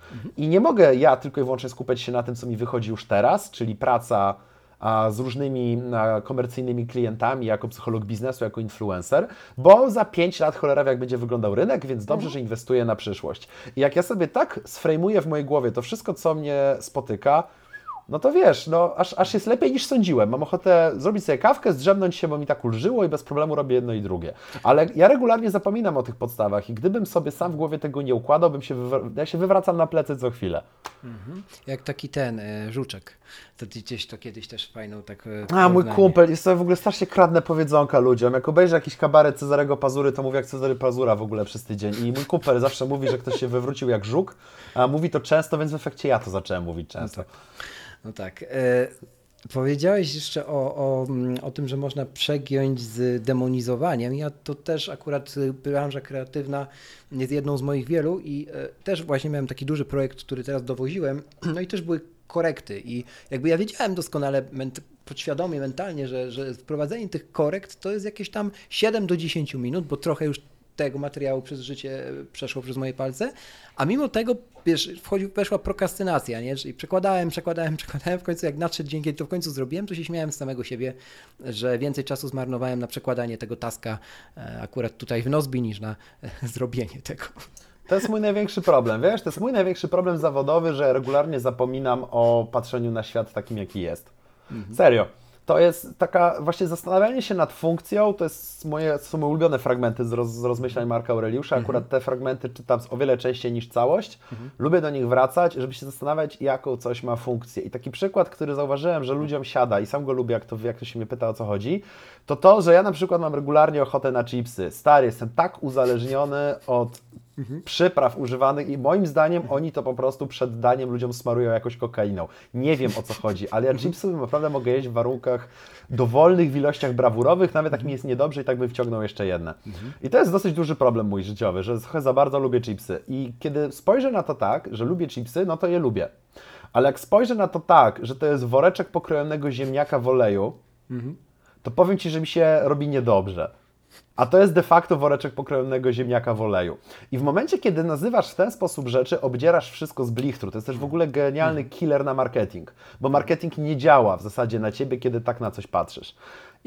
i nie mogę ja tylko i wyłącznie skupiać się na tym, co mi wychodzi już teraz, czyli praca a z różnymi a, komercyjnymi klientami, jako psycholog biznesu, jako influencer, bo za pięć lat cholera wie, jak będzie wyglądał rynek, więc dobrze, mhm. że inwestuję na przyszłość. I jak ja sobie tak sfrejmuję w mojej głowie to wszystko, co mnie spotyka, no to wiesz, no aż, aż jest lepiej niż sądziłem. Mam ochotę zrobić sobie kawkę, zdrzemnąć się, bo mi tak ulżyło i bez problemu robię jedno i drugie. Ale ja regularnie zapominam o tych podstawach i gdybym sobie sam w głowie tego nie układał, bym się, wywra- ja się wywracam na plecy co chwilę. Mhm. Jak taki ten e, żuczek. To gdzieś to kiedyś też fajną tak. E, A mój kumpel, jest to w ogóle strasznie kradnę powiedzonka ludziom. Jak obejrzę jakiś kabaret Cezarego Pazury, to mówię jak Cezary Pazura w ogóle przez tydzień. I mój kumpel zawsze mówi, że ktoś się wywrócił jak żuk, a mówi to często, więc w efekcie ja to zacząłem mówić często. No tak. No tak. E, powiedziałeś jeszcze o, o, o tym, że można przegiąć z demonizowaniem. Ja to też akurat branża kreatywna jest jedną z moich wielu i e, też właśnie miałem taki duży projekt, który teraz dowoziłem, no i też były korekty i jakby ja wiedziałem doskonale ment- podświadomie, mentalnie, że, że wprowadzenie tych korekt to jest jakieś tam siedem do dziesięciu minut, bo trochę już tego materiału przez życie przeszło przez moje palce, a mimo tego, wiesz, wchodził, weszła prokrastynacja, nie? Czyli przekładałem, przekładałem, przekładałem, w końcu jak nadszedł dzień, kiedy to w końcu zrobiłem, to się śmiałem z samego siebie, że więcej czasu zmarnowałem na przekładanie tego taska akurat tutaj w Nozbi niż na zrobienie tego. To jest mój największy problem, wiesz, to jest mój największy problem zawodowy, że regularnie zapominam o patrzeniu na świat takim, jaki jest. Mhm. Serio. To jest taka, właśnie zastanawianie się nad funkcją, to jest moje, są moje ulubione fragmenty z, roz, z rozmyślań Marka Aureliusza. Akurat mm-hmm. te fragmenty czytam o wiele częściej niż całość. Mm-hmm. Lubię do nich wracać, żeby się zastanawiać, jaką coś ma funkcję. I taki przykład, który zauważyłem, że ludziom siada i sam go lubię, jak, to, jak ktoś mnie pyta, o co chodzi, to to, że ja na przykład mam regularnie ochotę na chipsy. Stary, jestem tak uzależniony od Mhm. przypraw używanych i moim zdaniem mhm. oni to po prostu przed daniem ludziom smarują jakąś kokainą. Nie wiem, o co chodzi, ale ja chipsy naprawdę mogę jeść w warunkach dowolnych, w ilościach brawurowych, nawet jak mi jest niedobrze i tak bym wciągnął jeszcze jedne. Mhm. I to jest dosyć duży problem mój życiowy, że trochę za bardzo lubię chipsy. I kiedy spojrzę na to tak, że lubię chipsy, no to je lubię. Ale jak spojrzę na to tak, że to jest woreczek pokrojonego ziemniaka w oleju, mhm. to powiem Ci, że mi się robi niedobrze. A to jest de facto woreczek pokrojonego ziemniaka w oleju. I w momencie, kiedy nazywasz w ten sposób rzeczy, obdzierasz wszystko z blichtru. To jest też w ogóle genialny killer na marketing, bo marketing nie działa w zasadzie na Ciebie, kiedy tak na coś patrzysz.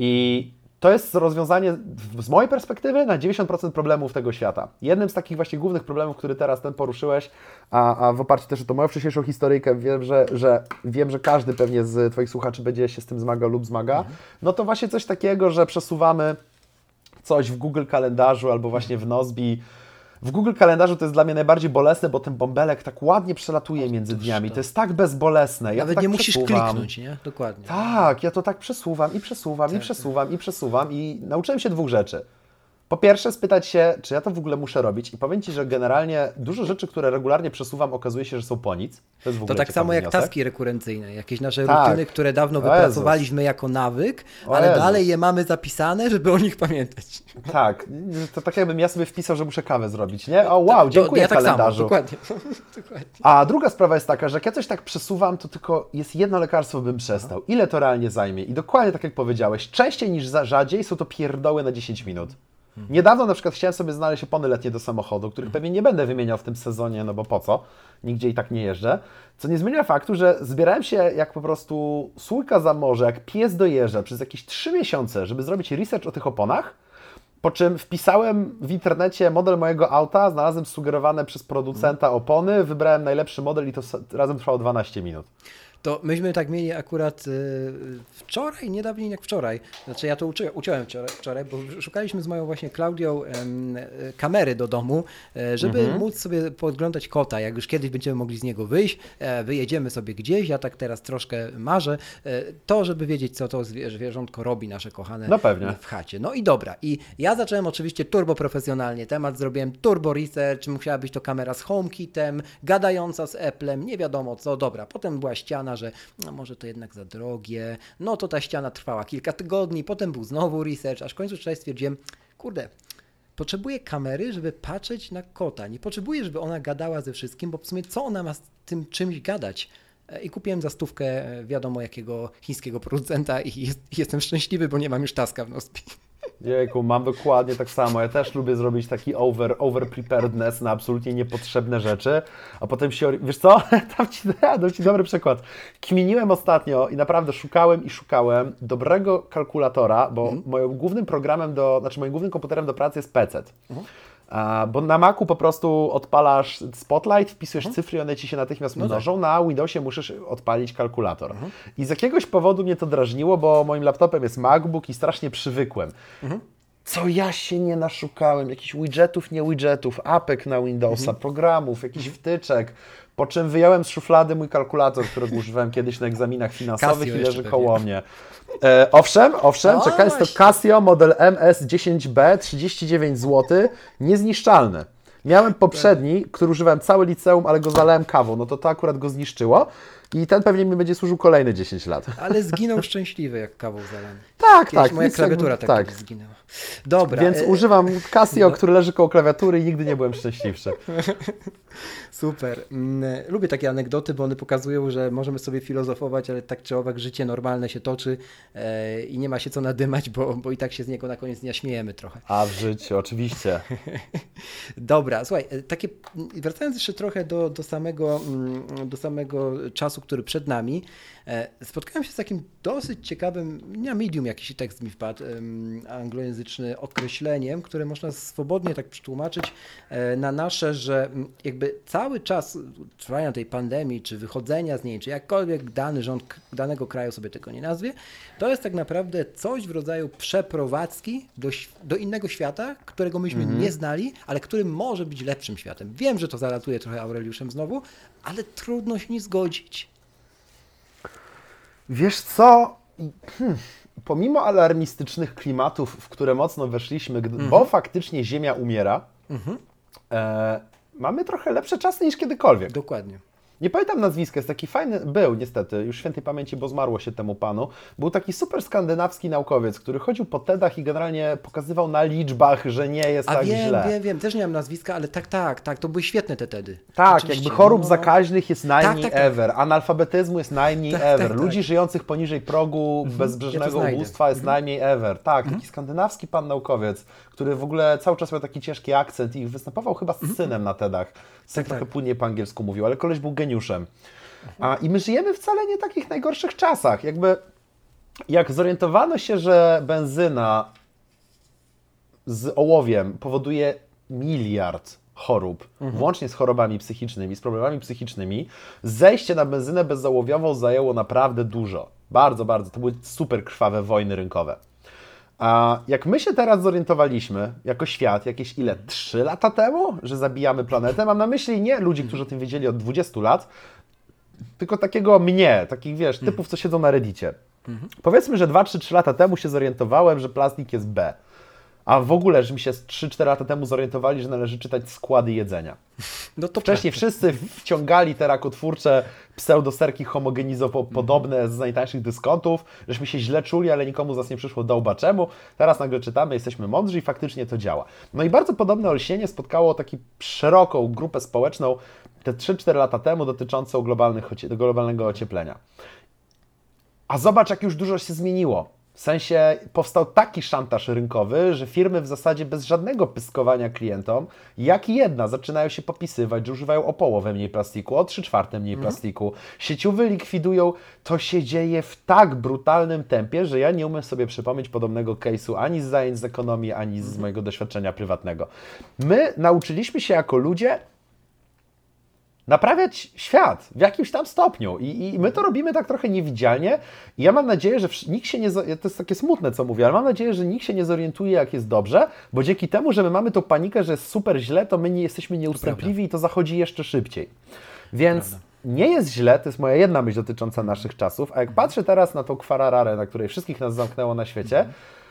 I to jest rozwiązanie z mojej perspektywy na dziewięćdziesiąt procent problemów tego świata. Jednym z takich właśnie głównych problemów, który teraz ten poruszyłeś, a, a w oparciu też o tą moją wcześniejszą historyjkę, wiem, że, że, wiem, że każdy pewnie z Twoich słuchaczy będzie się z tym zmagał lub zmaga, mhm. no to właśnie coś takiego, że przesuwamy coś w Google kalendarzu albo właśnie w Nozbi W Google Kalendarzu to jest dla mnie najbardziej bolesne, bo ten bąbelek tak ładnie przelatuje między dniami. To. to jest tak bezbolesne. Ja Nawet tak nie musisz przesuwam. kliknąć, nie? Dokładnie. Tak, ja to tak przesuwam i przesuwam, tak, i przesuwam, tak. i przesuwam i nauczyłem się dwóch rzeczy. Po pierwsze spytać się, czy ja to w ogóle muszę robić i powiem Ci, że generalnie dużo rzeczy, które regularnie przesuwam, okazuje się, że są po nic. To, jest w ogóle to tak samo jak wniosek. taski rekurrencyjne, jakieś nasze tak. rutyny, które dawno wypracowaliśmy jako nawyk, O ale Jezus. dalej je mamy zapisane, żeby o nich pamiętać. Tak, to tak jakbym ja sobie wpisał, że muszę kawę zrobić, nie? O wow, dziękuję ja tak kalendarzu. Samo, dokładnie. dokładnie. A druga sprawa jest taka, że jak ja coś tak przesuwam, to tylko jest jedno lekarstwo, bym przestał. Ile to realnie zajmie? I dokładnie tak jak powiedziałeś, częściej niż za rzadziej są to pierdoły na dziesięć minut. Niedawno na przykład chciałem sobie znaleźć opony letnie do samochodu, których pewnie nie będę wymieniał w tym sezonie, no bo po co? Nigdzie i tak nie jeżdżę. Co nie zmienia faktu, że zbierałem się jak po prostu sójka za morze, jak pies do jeża przez jakieś trzy miesiące, żeby zrobić research o tych oponach, po czym wpisałem w internecie model mojego auta, znalazłem sugerowane przez producenta opony, wybrałem najlepszy model i to razem trwało dwanaście minut. To myśmy tak mieli akurat y, wczoraj, nie dawniej jak wczoraj, znaczy ja to uczy, uciąłem wczoraj, wczoraj, bo szukaliśmy z moją właśnie Klaudią em, kamery do domu, e, żeby mhm. móc sobie podglądać kota, jak już kiedyś będziemy mogli z niego wyjść, e, wyjedziemy sobie gdzieś, ja tak teraz troszkę marzę, e, to żeby wiedzieć, co to zwierzątko robi, nasze kochane no pewnie. w chacie. No i dobra, i ja zacząłem oczywiście turbo profesjonalnie, temat zrobiłem turbo research, musiała być to kamera z HomeKitem, gadająca z Apple'em, nie wiadomo co, dobra, potem była ściana, że no może to jednak za drogie, no to ta ściana trwała kilka tygodni, potem był znowu research, aż w końcu wczoraj stwierdziłem, kurde, potrzebuję kamery, żeby patrzeć na kota, nie potrzebuję, żeby ona gadała ze wszystkim, bo w sumie co ona ma z tym czymś gadać? I kupiłem za stówkę wiadomo jakiego chińskiego producenta i jest, jestem szczęśliwy, bo nie mam już taska w Nospi. Jejku, mam dokładnie tak samo. Ja też lubię zrobić taki over, over preparedness na absolutnie niepotrzebne rzeczy, a potem się... Wiesz co? Dam ci, dam ci dobry przykład. Kminiłem ostatnio i naprawdę szukałem i szukałem dobrego kalkulatora, bo mm. moim głównym programem do... Znaczy moim głównym komputerem do pracy jest P C. Mm. A, bo na Macu po prostu odpalasz Spotlight, wpisujesz mhm. cyfry i one Ci się natychmiast no mnożą, tak. Na Windowsie musisz odpalić kalkulator. Mhm. I z jakiegoś powodu mnie to drażniło, bo moim laptopem jest MacBook i strasznie przywykłem. Mhm. Co ja się nie naszukałem, jakichś widgetów, nie widgetów, apek na Windowsa, mhm. programów, jakichś wtyczek, po czym wyjąłem z szuflady mój kalkulator, którego używałem kiedyś na egzaminach finansowych Casio i leży koło pewnie. mnie. E, owszem, owszem, o, czekaj, jest to Casio model M S dziesięć B, trzydzieści dziewięć złotych, niezniszczalny. Miałem poprzedni, który używałem całe liceum, ale go zalałem kawą, no to to akurat go zniszczyło i ten pewnie mi będzie służył kolejne dziesięć lat. Ale zginął szczęśliwy, jak kawą zalany. Tak, Kiedyś tak. moja klawiatura tak, tak zginęła. Dobra. Więc e... używam Casio, no. który leży koło klawiatury i nigdy nie byłem szczęśliwszy. Super. Lubię takie anegdoty, bo one pokazują, że możemy sobie filozofować, ale tak czy owak życie normalne się toczy e, i nie ma się co nadymać, bo, bo i tak się z niego na koniec dnia śmiejemy trochę. A w życiu, oczywiście. Dobra, słuchaj, takie, wracając jeszcze trochę do, do, samego, do samego czasu, który przed nami, e, spotkałem się z takim dosyć ciekawym, na Medium jakiś tekst mi wpadł, e, anglojęzyczny, określeniem, które można swobodnie tak przetłumaczyć e, na nasze, że jakby cały czas trwania tej pandemii, czy wychodzenia z niej, czy jakkolwiek dany rząd danego kraju sobie tego nie nazwie, to jest tak naprawdę coś w rodzaju przeprowadzki do, do innego świata, którego myśmy mm-hmm. nie znali, ale który może być lepszym światem. Wiem, że to zalatuje trochę Aureliuszem znowu, ale trudno się nie zgodzić. Wiesz co? Hmm. Pomimo alarmistycznych klimatów, w które mocno weszliśmy, mm-hmm. bo faktycznie Ziemia umiera, mm-hmm. e, mamy trochę lepsze czasy niż kiedykolwiek. Dokładnie. Nie pamiętam nazwiska, jest taki fajny, był niestety, już świętej pamięci, bo zmarło się temu panu. Był taki super skandynawski naukowiec, który chodził po TEDach i generalnie pokazywał na liczbach, że nie jest A tak wiem, źle. wiem, wiem, wiem, też nie mam nazwiska, ale tak, tak, tak, to były świetne te TEDy. Tak, jakby chorób no... zakaźnych jest najmniej tak, tak, tak. ever, analfabetyzmu jest najmniej tak, ever, tak, ludzi tak. żyjących poniżej progu mhm. bezbrzeżnego ja ubóstwa jest mhm. najmniej ever. Tak, mhm. taki skandynawski pan naukowiec, który w ogóle cały czas miał taki ciężki akcent i występował chyba z mhm. synem na TEDach. Syn tak, trochę tak. płynnie po angielsku mówił, ale koleś był geniuszem. A, I my żyjemy wcale nie w takich najgorszych czasach. Jakby jak zorientowano się, że benzyna z ołowiem powoduje miliard chorób, mhm. włącznie z chorobami psychicznymi, z problemami psychicznymi, zejście na benzynę bezołowiową zajęło naprawdę dużo. Bardzo, bardzo. To były super krwawe wojny rynkowe. A jak my się teraz zorientowaliśmy, jako świat, jakieś ile, trzy lata temu, że zabijamy planetę, mam na myśli nie ludzi, którzy o tym wiedzieli od dwudziestu lat, tylko takiego mnie, takich wiesz, typów, co siedzą na Reddicie. Mhm. Powiedzmy, że dwa trzy lata temu się zorientowałem, że plastik jest B. A w ogóle, że mi się trzy cztery lata temu zorientowali, że należy czytać składy jedzenia. No to wcześniej tak. Wszyscy wciągali te rakotwórcze pseudoserki homogenizo-podobne z najtańszych dyskontów, żeśmy się źle czuli, ale nikomu z nas nie przyszło do łba czemu. Teraz nagle czytamy, jesteśmy mądrzy i faktycznie to działa. No i bardzo podobne olśnienie spotkało taką szeroką grupę społeczną te trzy cztery lata temu dotyczącą globalnych, globalnego ocieplenia. A zobacz, jak już dużo się zmieniło. W sensie powstał taki szantaż rynkowy, że firmy w zasadzie bez żadnego pyskowania klientom, jak jedna, zaczynają się popisywać, że używają o połowę mniej plastiku, o trzy czwarte mniej mhm. plastiku. Sieciówy likwidują. To się dzieje w tak brutalnym tempie, że ja nie umiem sobie przypomnieć podobnego case'u ani z zajęć z ekonomii, ani z mhm. mojego doświadczenia prywatnego. My nauczyliśmy się jako ludzie naprawiać świat w jakimś tam stopniu I, i my to robimy tak trochę niewidzialnie i ja mam nadzieję, że nikt się nie, to jest takie smutne, co mówię, ale mam nadzieję, że nikt się nie zorientuje, jak jest dobrze, bo dzięki temu, że my mamy tą panikę, że jest super źle, to my nie jesteśmy nieustępliwi i to zachodzi jeszcze szybciej. Więc nie jest źle, to jest moja jedna myśl dotycząca naszych czasów, a jak patrzę teraz na tą kwarararę, na której wszystkich nas zamknęło na świecie,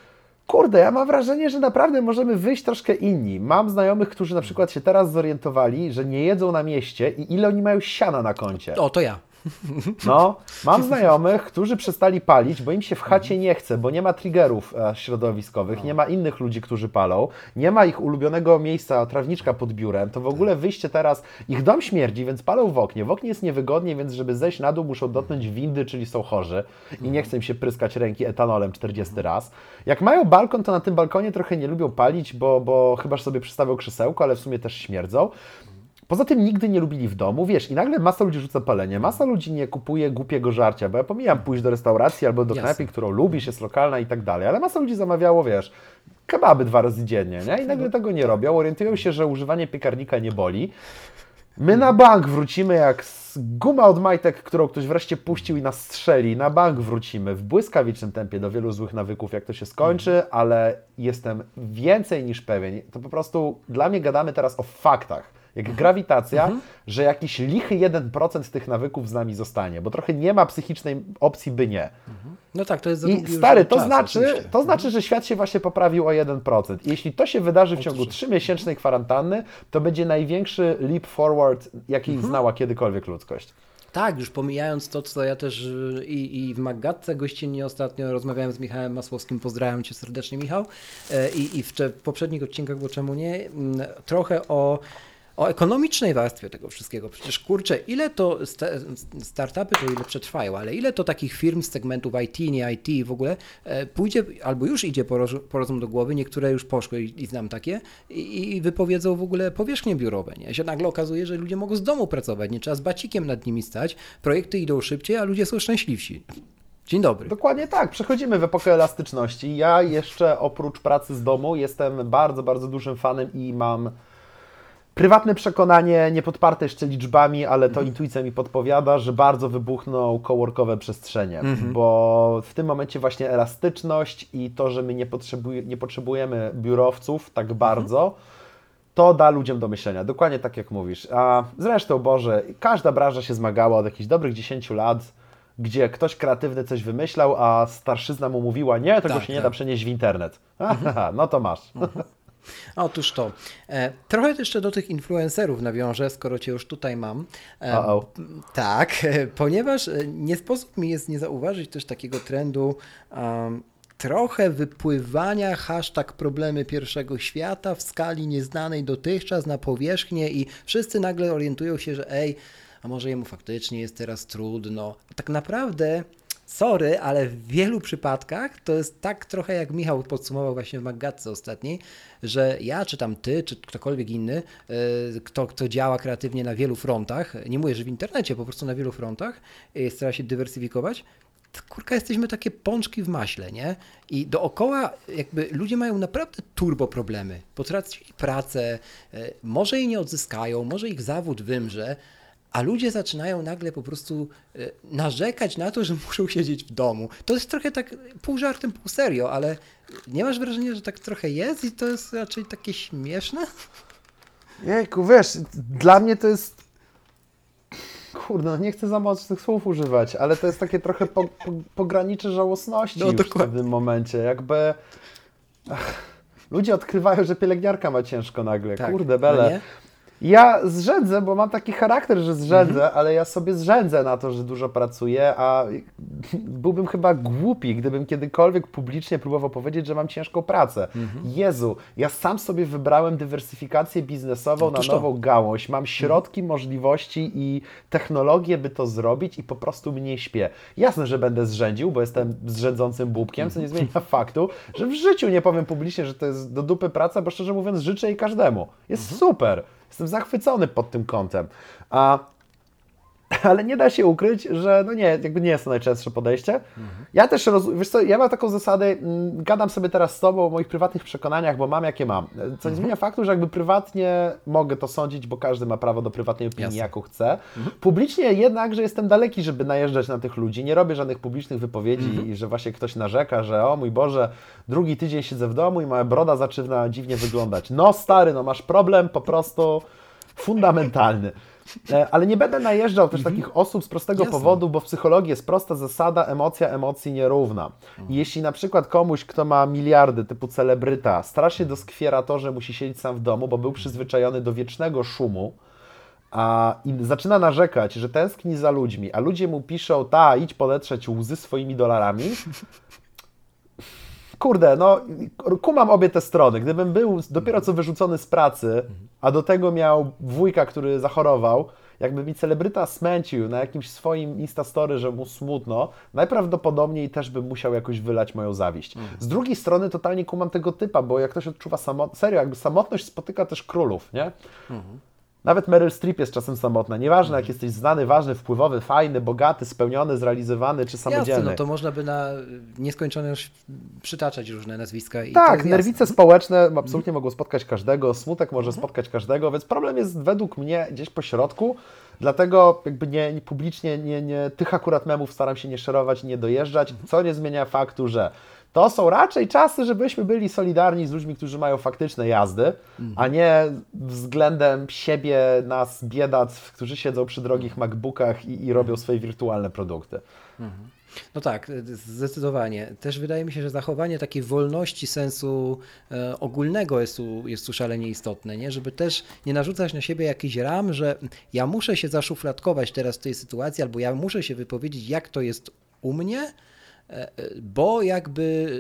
kurde, ja mam wrażenie, że naprawdę możemy wyjść troszkę inni. Mam znajomych, którzy na przykład się teraz zorientowali, że nie jedzą na mieście i ile oni mają siana na koncie. O, to ja. No, mam znajomych, którzy przestali palić, bo im się w chacie nie chce, bo nie ma triggerów środowiskowych, nie ma innych ludzi, którzy palą, nie ma ich ulubionego miejsca, trawniczka pod biurem, to w ogóle wyjście teraz, ich dom śmierdzi, więc palą w oknie. W oknie jest niewygodnie, więc żeby zejść na dół, muszą dotknąć windy, czyli są chorzy i nie chce im się pryskać ręki etanolem czterdziesty raz. Jak mają balkon, to na tym balkonie trochę nie lubią palić, bo, bo chyba sobie przystawią krzesełko, ale w sumie też śmierdzą. Poza tym nigdy nie lubili w domu, wiesz, i nagle masa ludzi rzuca palenie, masa ludzi nie kupuje głupiego żarcia, bo ja pomijam pójść do restauracji albo do knajpy, którą lubisz, jest lokalna i tak dalej, ale masa ludzi zamawiało, wiesz, kebaby dwa razy dziennie, nie? I nagle tego nie robią, orientują się, że używanie piekarnika nie boli. My na bank wrócimy jak guma od majtek, którą ktoś wreszcie puścił i nas strzeli. Na bank wrócimy w błyskawicznym tempie do wielu złych nawyków, jak to się skończy, ale jestem więcej niż pewien. To po prostu dla mnie gadamy teraz o faktach. Jak grawitacja, mhm. że jakiś lichy jeden procent tych nawyków z nami zostanie, bo trochę nie ma psychicznej opcji, by nie. Mhm. No tak, to jest za I stary, to, czas, znaczy, to znaczy, że świat się właśnie poprawił o jeden procent. I jeśli to się wydarzy w ciągu trzymiesięcznej kwarantanny, to będzie największy leap forward, jaki mhm. znała kiedykolwiek ludzkość. Tak, już pomijając to, co ja też i, i w Maggatce gościnnie ostatnio rozmawiałem z Michałem Masłowskim, pozdrawiam Cię serdecznie, Michał, i, i w poprzednich odcinkach, bo czemu nie, trochę o O ekonomicznej warstwie tego wszystkiego. Przecież kurczę, ile to sta- startupy to ile przetrwają, ale ile to takich firm z segmentów I T, nie I T w ogóle e, pójdzie, albo już idzie poroz- porozum do głowy, niektóre już poszły i, i znam takie i, i wypowiedzą w ogóle powierzchnie biurowe, nie? Się nagle okazuje, że ludzie mogą z domu pracować, nie trzeba z bacikiem nad nimi stać, projekty idą szybciej, a ludzie są szczęśliwsi. Dzień dobry. Dokładnie tak, przechodzimy w epokę elastyczności. Ja jeszcze oprócz pracy z domu jestem bardzo, bardzo dużym fanem i mam prywatne przekonanie, nie podparte jeszcze liczbami, ale to mm. intuicja mi podpowiada, że bardzo wybuchną coworkowe przestrzenie, mm-hmm. bo w tym momencie właśnie elastyczność i to, że my nie, potrzebuj- nie potrzebujemy biurowców tak bardzo, mm-hmm. to da ludziom do myślenia. Dokładnie tak jak mówisz. A zresztą, Boże, każda branża się zmagała od jakichś dobrych dziesięciu lat, gdzie ktoś kreatywny coś wymyślał, a starszyzna mu mówiła, nie, tego tak, się tak. nie da przenieść w internet. Aha, no to masz. Mm-hmm. Otóż to. E, trochę jeszcze do tych influencerów nawiążę, skoro Cię już tutaj mam. E, tak, e, ponieważ nie sposób mi jest nie zauważyć też takiego trendu um, trochę wypływania hashtag problemy pierwszego świata w skali nieznanej dotychczas na powierzchnię i wszyscy nagle orientują się, że ej, a może jemu faktycznie jest teraz trudno. Tak naprawdę... Sorry, ale w wielu przypadkach to jest tak trochę jak Michał podsumował właśnie w Maggatce ostatniej, że ja, czy tam ty, czy ktokolwiek inny, kto, kto działa kreatywnie na wielu frontach, nie mówię, że w internecie, po prostu na wielu frontach, stara się dywersyfikować, to kurka, jesteśmy takie pączki w maśle, nie? I dookoła jakby ludzie mają naprawdę turbo problemy, potracili pracę, może jej nie odzyskają, może ich zawód wymrze, a ludzie zaczynają nagle po prostu e, narzekać na to, że muszą siedzieć w domu. To jest trochę tak pół żartem, pół serio, ale nie masz wrażenia, że tak trochę jest i to jest raczej takie śmieszne? Jejku, wiesz, dla mnie to jest... Kurde, no nie chcę za mocnych słów używać, ale to jest takie trochę po, po, pogranicze żałosności No, już dokładnie. w pewnym momencie. Jakby... Ach, ludzie odkrywają, że pielęgniarka ma ciężko nagle. Tak, Kurde, no bele. nie? Ja zrzędzę, bo mam taki charakter, że zrzędzę, mhm. ale ja sobie zrzędzę na to, że dużo pracuję, a byłbym chyba głupi, gdybym kiedykolwiek publicznie próbował powiedzieć, że mam ciężką pracę. Mhm. Jezu, ja sam sobie wybrałem dywersyfikację biznesową no na nową to. gałąź. Mam środki, mhm. możliwości i technologię, by to zrobić i po prostu mniej śpię. Jasne, że będę zrzędził, bo jestem zrzędzącym bubkiem, co nie zmienia faktu, że w życiu nie powiem publicznie, że to jest do dupy praca, bo szczerze mówiąc życzę jej każdemu. Jest mhm. super. Jestem zachwycony pod tym kątem, a, ale nie da się ukryć, że no nie, jakby nie jest to najczęstsze podejście. Mhm. Ja też, roz, wiesz co, ja mam taką zasadę, m, gadam sobie teraz z Tobą o moich prywatnych przekonaniach, bo mam jakie mam. Co mhm. nie zmienia faktu, że jakby prywatnie mogę to sądzić, bo każdy ma prawo do prywatnej opinii, Jasne. jaką chce. Mhm. Publicznie jednakże jestem daleki, żeby najeżdżać na tych ludzi, nie robię żadnych publicznych wypowiedzi mhm. i że właśnie ktoś narzeka, że o mój Boże, drugi tydzień siedzę w domu i moja broda zaczyna dziwnie wyglądać. No stary, no masz problem po prostu fundamentalny. Ale nie będę najeżdżał też mhm. takich osób z prostego Jasne. powodu, bo w psychologii jest prosta zasada, emocja emocji nierówna. Mhm. I jeśli na przykład komuś, kto ma miliardy, typu celebryta, strasznie doskwiera to, że musi siedzieć sam w domu, bo był przyzwyczajony do wiecznego szumu, a i zaczyna narzekać, że tęskni za ludźmi, a ludzie mu piszą, ta, idź podetrzeć łzy swoimi dolarami, kurde, no kumam obie te strony. Gdybym był dopiero co wyrzucony z pracy, a do tego miał wujka, który zachorował, jakby mi celebryta smęcił na jakimś swoim Instastory, że mu smutno, najprawdopodobniej też bym musiał jakoś wylać moją zawiść. Z drugiej strony totalnie kumam tego typa, bo jak ktoś odczuwa samotność, serio, jakby samotność spotyka też królów, nie? Mhm. Nawet Meryl Streep jest czasem samotna. Nieważne, jak jesteś znany, ważny, wpływowy, fajny, bogaty, spełniony, zrealizowany czy samodzielny. Jasne, no to można by na nieskończoność przytaczać różne nazwiska. I tak, nerwice jasne. społeczne absolutnie mogą spotkać każdego, smutek może mhm. spotkać każdego, więc problem jest według mnie gdzieś po środku. Dlatego jakby nie, nie publicznie, nie, nie, tych akurat memów staram się nie szerować, nie dojeżdżać, mhm. co nie zmienia faktu, że to są raczej czasy, żebyśmy byli solidarni z ludźmi, którzy mają faktyczne jazdy, mhm. a nie względem siebie, nas, biedac, którzy siedzą przy drogich MacBookach i, i robią swoje wirtualne produkty. Mhm. No tak, zdecydowanie. Też wydaje mi się, że zachowanie takiej wolności sensu e, ogólnego jest tu, jest tu szalenie istotne, nie? Żeby też nie narzucać na siebie jakiś ram, że ja muszę się zaszufladkować teraz w tej sytuacji, albo ja muszę się wypowiedzieć, jak to jest u mnie, e, bo jakby,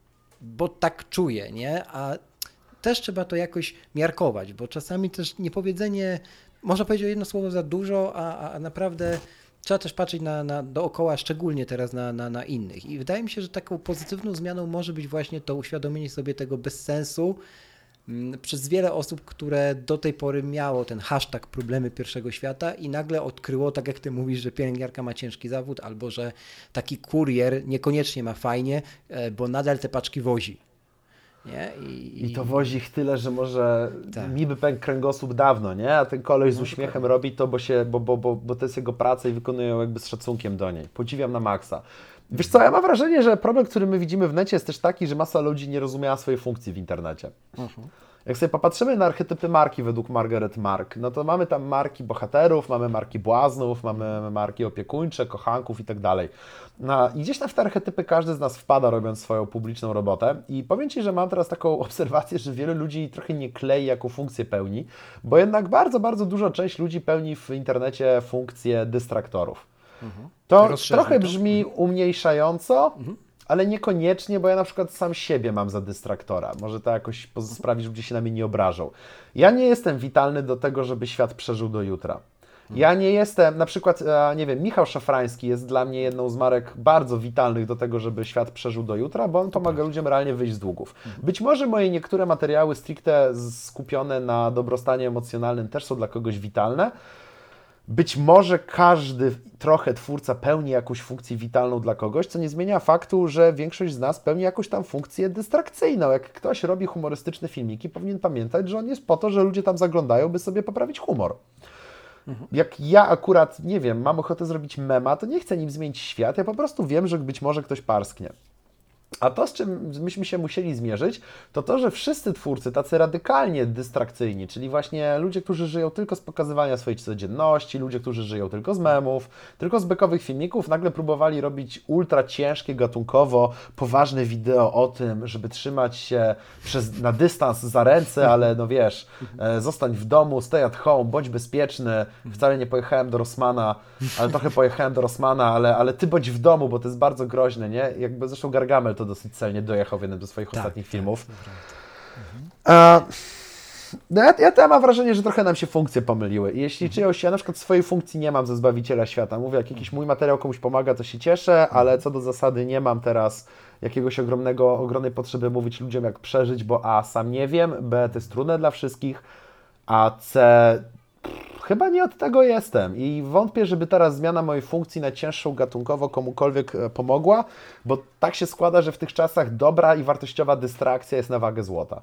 bo tak czuję, nie? A też trzeba to jakoś miarkować, bo czasami też niepowiedzenie, można powiedzieć jedno słowo za dużo, a, a naprawdę trzeba też patrzeć na, na dookoła, szczególnie teraz na, na, na innych. I wydaje mi się, że taką pozytywną zmianą może być właśnie to uświadomienie sobie tego bezsensu m, przez wiele osób, które do tej pory miało ten hashtag problemy pierwszego świata i nagle odkryło, tak jak ty mówisz, że pielęgniarka ma ciężki zawód albo że taki kurier niekoniecznie ma fajnie, bo nadal te paczki wozi. Nie? I, I to wozi ich tyle, że może tak. mi by pękł kręgosłup dawno, nie? A ten koleś z no, uśmiechem tak. robi to, bo, się, bo, bo, bo, bo to jest jego praca i wykonuje ją jakby z szacunkiem do niej. Podziwiam na maksa. Wiesz co, ja mam wrażenie, że problem, który my widzimy w necie jest też taki, że masa ludzi nie rozumiała swojej funkcji w internecie. Uh-huh. Jak sobie popatrzymy na archetypy marki według Margaret Mark, no to mamy tam marki bohaterów, mamy marki błaznów, mamy marki opiekuńcze, kochanków i tak dalej. No, i gdzieś tam w te archetypy każdy z nas wpada, robiąc swoją publiczną robotę. I powiem Ci, że mam teraz taką obserwację, że wiele ludzi trochę nie klei, jaką funkcję pełni, bo jednak bardzo, bardzo duża część ludzi pełni w internecie funkcję dystraktorów. Mhm. To trochę brzmi umniejszająco, mhm. ale niekoniecznie, bo ja na przykład sam siebie mam za dystraktora. Może to jakoś sprawi, że ludzie się na mnie nie obrażą. Ja nie jestem witalny do tego, żeby świat przeżył do jutra. Ja nie jestem, na przykład, nie wiem, Michał Szafrański jest dla mnie jedną z marek bardzo witalnych do tego, żeby świat przeżył do jutra, bo on pomaga ludziom realnie wyjść z długów. Być może moje niektóre materiały stricte skupione na dobrostanie emocjonalnym też są dla kogoś witalne. Być może każdy trochę twórca pełni jakąś funkcję witalną dla kogoś, co nie zmienia faktu, że większość z nas pełni jakąś tam funkcję dystrakcyjną. Jak ktoś robi humorystyczne filmiki, powinien pamiętać, że on jest po to, że ludzie tam zaglądają, by sobie poprawić humor. Mhm. Jak ja akurat, nie wiem, mam ochotę zrobić mema, to nie chcę nim zmienić świat, ja po prostu wiem, że być może ktoś parsknie. A to, z czym myśmy się musieli zmierzyć, to to, że wszyscy twórcy, tacy radykalnie dystrakcyjni, czyli właśnie ludzie, którzy żyją tylko z pokazywania swojej codzienności, ludzie, którzy żyją tylko z memów, tylko z bekowych filmików, nagle próbowali robić ultra ciężkie, gatunkowo, poważne wideo o tym, żeby trzymać się przez, na dystans za ręce, ale no wiesz, e, zostań w domu, stay at home, bądź bezpieczny. Wcale nie pojechałem do Rossmana, ale trochę pojechałem do Rossmana, ale, ale ty bądź w domu, bo to jest bardzo groźne, nie? Jakby zresztą Gargamel to dosyć celnie dojechał w jednym ze swoich tak, ostatnich tak, filmów. Mhm. A, no ja, ja, ja mam wrażenie, że trochę nam się funkcje pomyliły. I jeśli mhm. czyjąś, ja na przykład swojej funkcji nie mam ze Zbawiciela Świata. Mówię, jak jakiś mój materiał komuś pomaga, to się cieszę, mhm. ale co do zasady nie mam teraz jakiegoś ogromnego, ogromnej potrzeby mówić ludziom, jak przeżyć, bo a, sam nie wiem, b, to jest trudne dla wszystkich, a c, chyba nie od tego jestem i wątpię, żeby teraz zmiana mojej funkcji na cięższą gatunkowo komukolwiek pomogła, bo tak się składa, że w tych czasach dobra i wartościowa dystrakcja jest na wagę złota.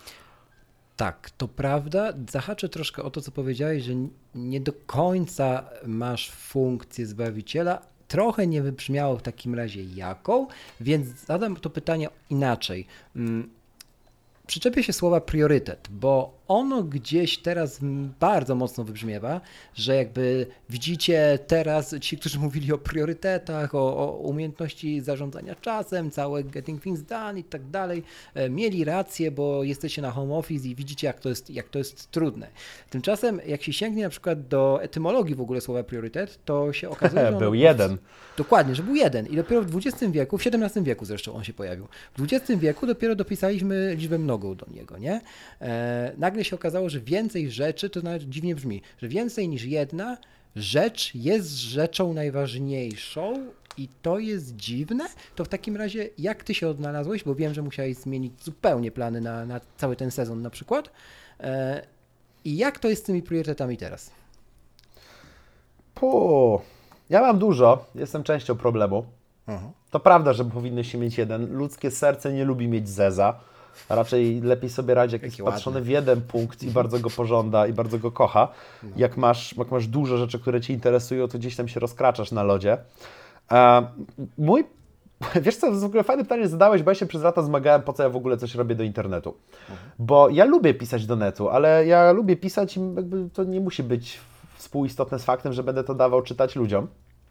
Tak, to prawda. Zahaczę troszkę o to, co powiedziałeś, że nie do końca masz funkcję Zbawiciela. Trochę nie wybrzmiało w takim razie jaką, więc zadam to pytanie inaczej. Przyczepię się słowa priorytet, bo ono gdzieś teraz bardzo mocno wybrzmiewa, że jakby widzicie teraz ci, którzy mówili o priorytetach, o, o umiejętności zarządzania czasem, całe getting things done i tak dalej, mieli rację, bo jesteście na home office i widzicie, jak to jest, jak to jest trudne. Tymczasem, jak się sięgnie na przykład do etymologii w ogóle słowa priorytet, to się okazuje, że był jeden. Dokładnie, że był jeden i dopiero w dwudziestym wieku, w siedemnastym wieku zresztą on się pojawił, w dwudziestym wieku dopiero dopisaliśmy liczbę mnogą do niego, nie? E, nagle się okazało, że więcej rzeczy, to nawet dziwnie brzmi, że więcej niż jedna rzecz jest rzeczą najważniejszą i to jest dziwne, to w takim razie jak ty się odnalazłeś, bo wiem, że musiałeś zmienić zupełnie plany na, na cały ten sezon na przykład e, i jak to jest z tymi priorytetami teraz? Puh, ja mam dużo, jestem częścią problemu. Uh-huh. To prawda, że powinny się mieć jeden. Ludzkie serce nie lubi mieć zeza. A raczej lepiej sobie radzi, jak Jakie jest patrzony ładne. W jeden punkt i bardzo go pożąda i bardzo go kocha. No. Jak masz, jak masz dużo rzeczy, które Cię interesują, to gdzieś tam się rozkraczasz na lodzie. E, mój, wiesz co, w ogóle fajne pytanie zadałeś, bo ja się przez lata zmagałem, po co ja w ogóle coś robię do internetu. Mhm. Bo ja lubię pisać do netu, ale ja lubię pisać i jakby to nie musi być współistotne z faktem, że będę to dawał czytać ludziom.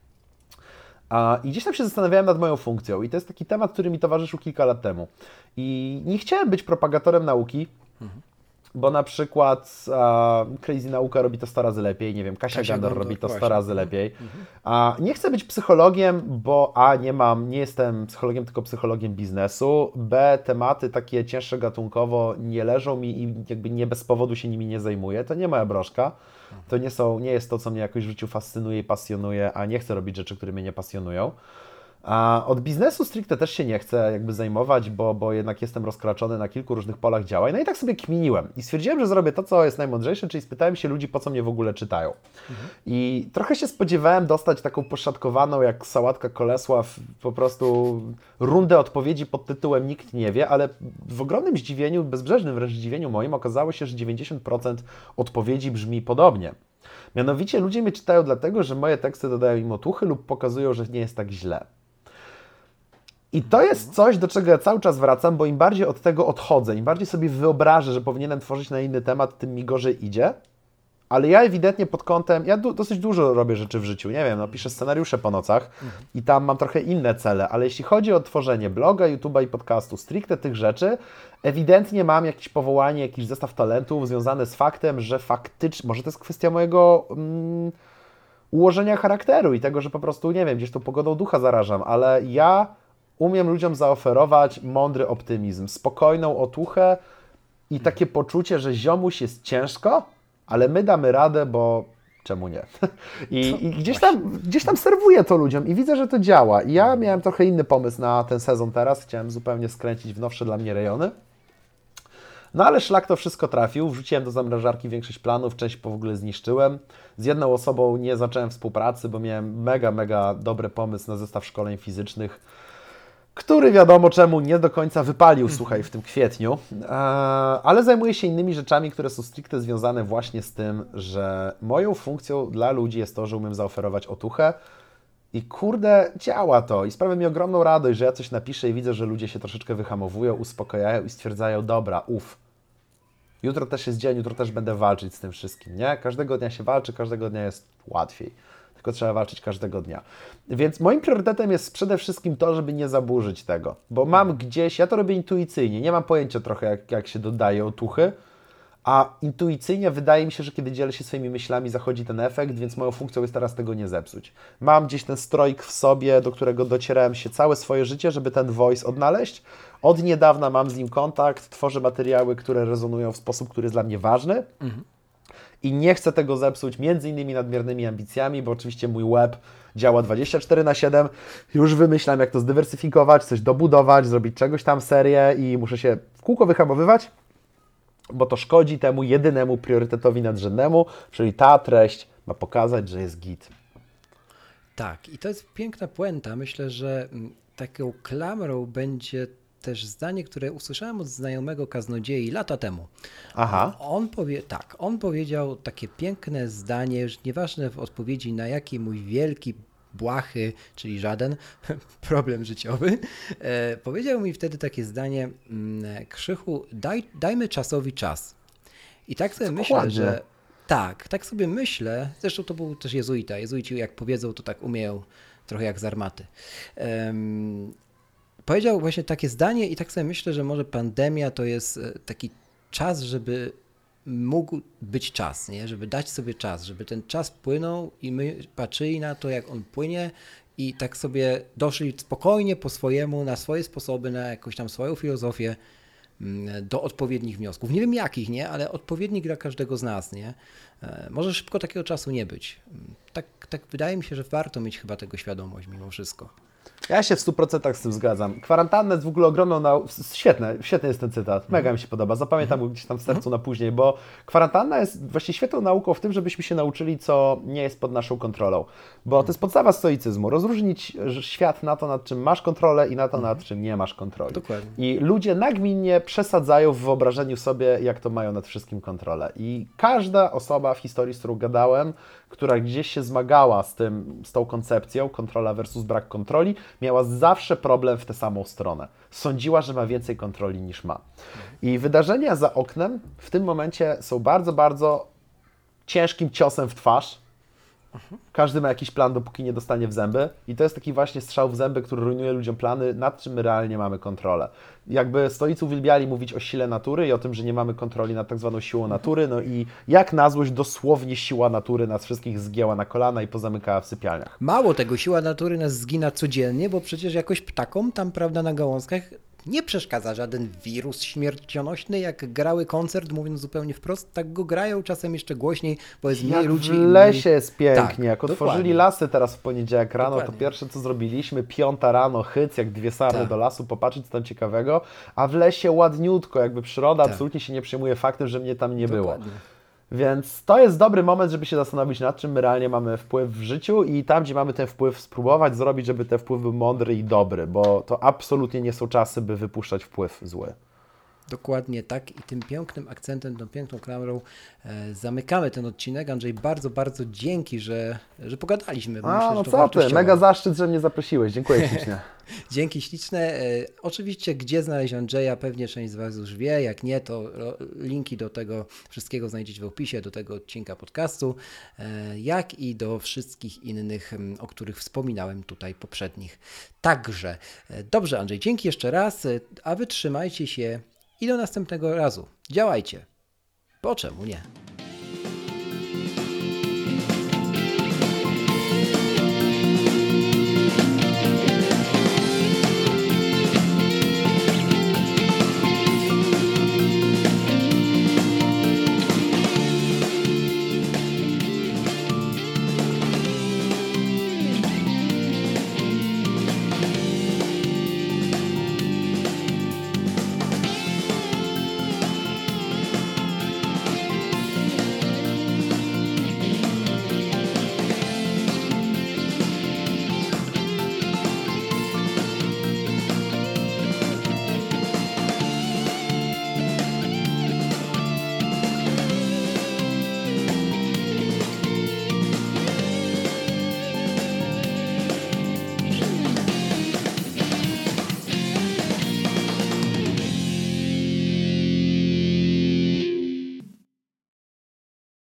I gdzieś tam się zastanawiałem nad moją funkcją i to jest taki temat, który mi towarzyszył kilka lat temu. I nie chciałem być propagatorem nauki, mhm. bo na przykład uh, Crazy Nauka robi to sto razy lepiej, nie wiem, Kasia, Kasia Gandor robi to sto razy lepiej. Mhm. A nie chcę być psychologiem, bo a, nie mam, nie jestem psychologiem, tylko psychologiem biznesu, b, tematy takie cięższe gatunkowo nie leżą mi i jakby nie bez powodu się nimi nie zajmuję, to nie moja broszka. To nie, są, nie jest to, co mnie jakoś w życiu fascynuje i pasjonuje, a nie chcę robić rzeczy, które mnie nie pasjonują. A od biznesu stricte też się nie chcę jakby zajmować, bo, bo jednak jestem rozkraczony na kilku różnych polach działań. No i tak sobie kminiłem i stwierdziłem, że zrobię to, co jest najmądrzejsze, czyli spytałem się ludzi, po co mnie w ogóle czytają. Mhm. I trochę się spodziewałem dostać taką poszatkowaną, jak sałatka Kolesław, po prostu rundę odpowiedzi pod tytułem nikt nie wie, ale w ogromnym zdziwieniu, bezbrzeżnym wręcz zdziwieniu moim, okazało się, że dziewięćdziesiąt procent odpowiedzi brzmi podobnie. Mianowicie ludzie mnie czytają dlatego, że moje teksty dodają im otuchy lub pokazują, że nie jest tak źle. I to jest coś, do czego ja cały czas wracam, bo im bardziej od tego odchodzę, im bardziej sobie wyobrażę, że powinienem tworzyć na inny temat, tym mi gorzej idzie. Ale ja ewidentnie pod kątem, ja du- dosyć dużo robię rzeczy w życiu, nie wiem, no piszę scenariusze po nocach mhm. i tam mam trochę inne cele, ale jeśli chodzi o tworzenie bloga, YouTube'a i podcastu, stricte tych rzeczy, ewidentnie mam jakieś powołanie, jakiś zestaw talentów związany z faktem, że faktycznie, może to jest kwestia mojego mm, ułożenia charakteru i tego, że po prostu, nie wiem, gdzieś tą pogodą ducha zarażam, ale ja umiem ludziom zaoferować mądry optymizm, spokojną otuchę i takie poczucie, że ziomuś jest ciężko, ale my damy radę, bo czemu nie? I, i gdzieś, tam, gdzieś tam serwuję to ludziom i widzę, że to działa. I ja miałem trochę inny pomysł na ten sezon teraz. Chciałem zupełnie skręcić w nowsze dla mnie rejony. No ale szlak to wszystko trafił. Wrzuciłem do zamrażarki większość planów, część w ogóle zniszczyłem. Z jedną osobą nie zacząłem współpracy, bo miałem mega, mega dobry pomysł na zestaw szkoleń fizycznych. który wiadomo czemu nie do końca wypalił, słuchaj, w tym kwietniu, ale zajmuję się innymi rzeczami, które są stricte związane właśnie z tym, że moją funkcją dla ludzi jest to, że umiem zaoferować otuchę i kurde, działa to i sprawia mi ogromną radość, że ja coś napiszę i widzę, że ludzie się troszeczkę wyhamowują, uspokajają i stwierdzają, dobra, uff, jutro też jest dzień, jutro też będę walczyć z tym wszystkim, nie? Każdego dnia się walczy, każdego dnia jest łatwiej. Tylko trzeba walczyć każdego dnia. Więc moim priorytetem jest przede wszystkim to, żeby nie zaburzyć tego. Bo mam gdzieś, ja to robię intuicyjnie, nie mam pojęcia trochę jak, jak się dodaje otuchy, a intuicyjnie wydaje mi się, że kiedy dzielę się swoimi myślami, zachodzi ten efekt, więc moją funkcją jest teraz tego nie zepsuć. Mam gdzieś ten strojk w sobie, do którego docierałem się całe swoje życie, żeby ten voice odnaleźć. Od niedawna mam z nim kontakt, tworzę materiały, które rezonują w sposób, który jest dla mnie ważny. Mhm. I nie chcę tego zepsuć między innymi nadmiernymi ambicjami, bo oczywiście mój web działa dwadzieścia cztery na siedem. Już wymyślam, jak to zdywersyfikować, coś dobudować, zrobić czegoś tam serię i muszę się w kółko wyhamowywać, bo to szkodzi temu jedynemu priorytetowi nadrzędnemu, czyli ta treść ma pokazać, że jest git. Tak, i to jest piękna puenta. Myślę, że taką klamrą będzie też zdanie, które usłyszałem od znajomego kaznodziei lata temu. Aha. On powie, tak, on powiedział takie piękne zdanie, że nieważne w odpowiedzi na jaki mój wielki, błahy, czyli żaden problem życiowy, e, powiedział mi wtedy takie zdanie, Krzychu, daj, dajmy czasowi czas. I tak sobie myślę, Dokładnie. że tak, tak sobie myślę, zresztą to był też jezuita, jezuici jak powiedzą, to tak umieją, trochę jak z armaty. Um, Powiedział właśnie takie zdanie i tak sobie myślę, że może pandemia to jest taki czas, żeby mógł być czas, nie? Żeby dać sobie czas, żeby ten czas płynął i my patrzyli na to, jak on płynie i tak sobie doszli spokojnie po swojemu, na swoje sposoby, na jakąś tam swoją filozofię do odpowiednich wniosków. Nie wiem jakich, nie? Ale odpowiednich dla każdego z nas, nie? Może szybko takiego czasu nie być. Tak, tak wydaje mi się, że warto mieć chyba tego świadomość mimo wszystko. Ja się w stu procentach z tym zgadzam. Kwarantanna jest w ogóle ogromną nauką. Świetne, świetny jest ten cytat. Mega mm. mi się podoba. Zapamiętam mm. gdzieś tam w sercu mm. na później, bo kwarantanna jest właśnie świetną nauką w tym, żebyśmy się nauczyli, co nie jest pod naszą kontrolą. Bo mm. to jest podstawa stoicyzmu. Rozróżnić świat na to, nad czym masz kontrolę i na to, mm. nad czym nie masz kontroli. Dokładnie. I ludzie nagminnie przesadzają w wyobrażeniu sobie, jak to mają nad wszystkim kontrolę. I każda osoba w historii, z którą gadałem, która gdzieś się zmagała z tym, z tą koncepcją, kontrola versus brak kontroli, miała zawsze problem w tę samą stronę. Sądziła, że ma więcej kontroli niż ma. I wydarzenia za oknem w tym momencie są bardzo, bardzo ciężkim ciosem w twarz. Każdy ma jakiś plan, dopóki nie dostanie w zęby i to jest taki właśnie strzał w zęby, który rujnuje ludziom plany, nad czym my realnie mamy kontrolę. Jakby stoicy uwielbiali mówić o sile natury i o tym, że nie mamy kontroli nad tak zwaną siłą natury, no i jak na złość dosłownie siła natury nas wszystkich zgięła na kolana i pozamykała w sypialniach. Mało tego, siła natury nas zgina codziennie, bo przecież jakoś ptakom tam, prawda, na gałązkach nie przeszkadza żaden wirus śmiercionośny, jak grały koncert, mówiąc zupełnie wprost, tak go grają czasem jeszcze głośniej, bo jest mniej jak ludzi. w lesie mniej... jest pięknie, tak, jak otworzyli dokładnie. lasy teraz w poniedziałek rano, Dokładnie. to pierwsze co zrobiliśmy, piąta rano, hyc, jak dwie sarny tak. do lasu, popatrzeć co tam ciekawego, a w lesie ładniutko, jakby przyroda tak. absolutnie się nie przejmuje faktem, że mnie tam nie Dokładnie. było. Więc to jest dobry moment, żeby się zastanowić, nad czym my realnie mamy wpływ w życiu i tam, gdzie mamy ten wpływ, spróbować zrobić, żeby ten wpływ był mądry i dobry, bo to absolutnie nie są czasy, by wypuszczać wpływ zły. Dokładnie tak i tym pięknym akcentem, tą piękną klamrą e, zamykamy ten odcinek. Andrzej, bardzo, bardzo dzięki, że, że pogadaliśmy. Bo A, myślę, no że to co ty, wartościowo. mega zaszczyt, że mnie zaprosiłeś. Dziękuję ślicznie. Dzięki śliczne. E, oczywiście, gdzie znaleźć Andrzeja, pewnie część z Was już wie. Jak nie, to linki do tego wszystkiego znajdziecie w opisie, do tego odcinka podcastu, e, jak i do wszystkich innych, o których wspominałem tutaj poprzednich. Także, e, dobrze Andrzej, dzięki jeszcze raz, e, a Wy trzymajcie się i do następnego razu. Działajcie. Bo czemu nie?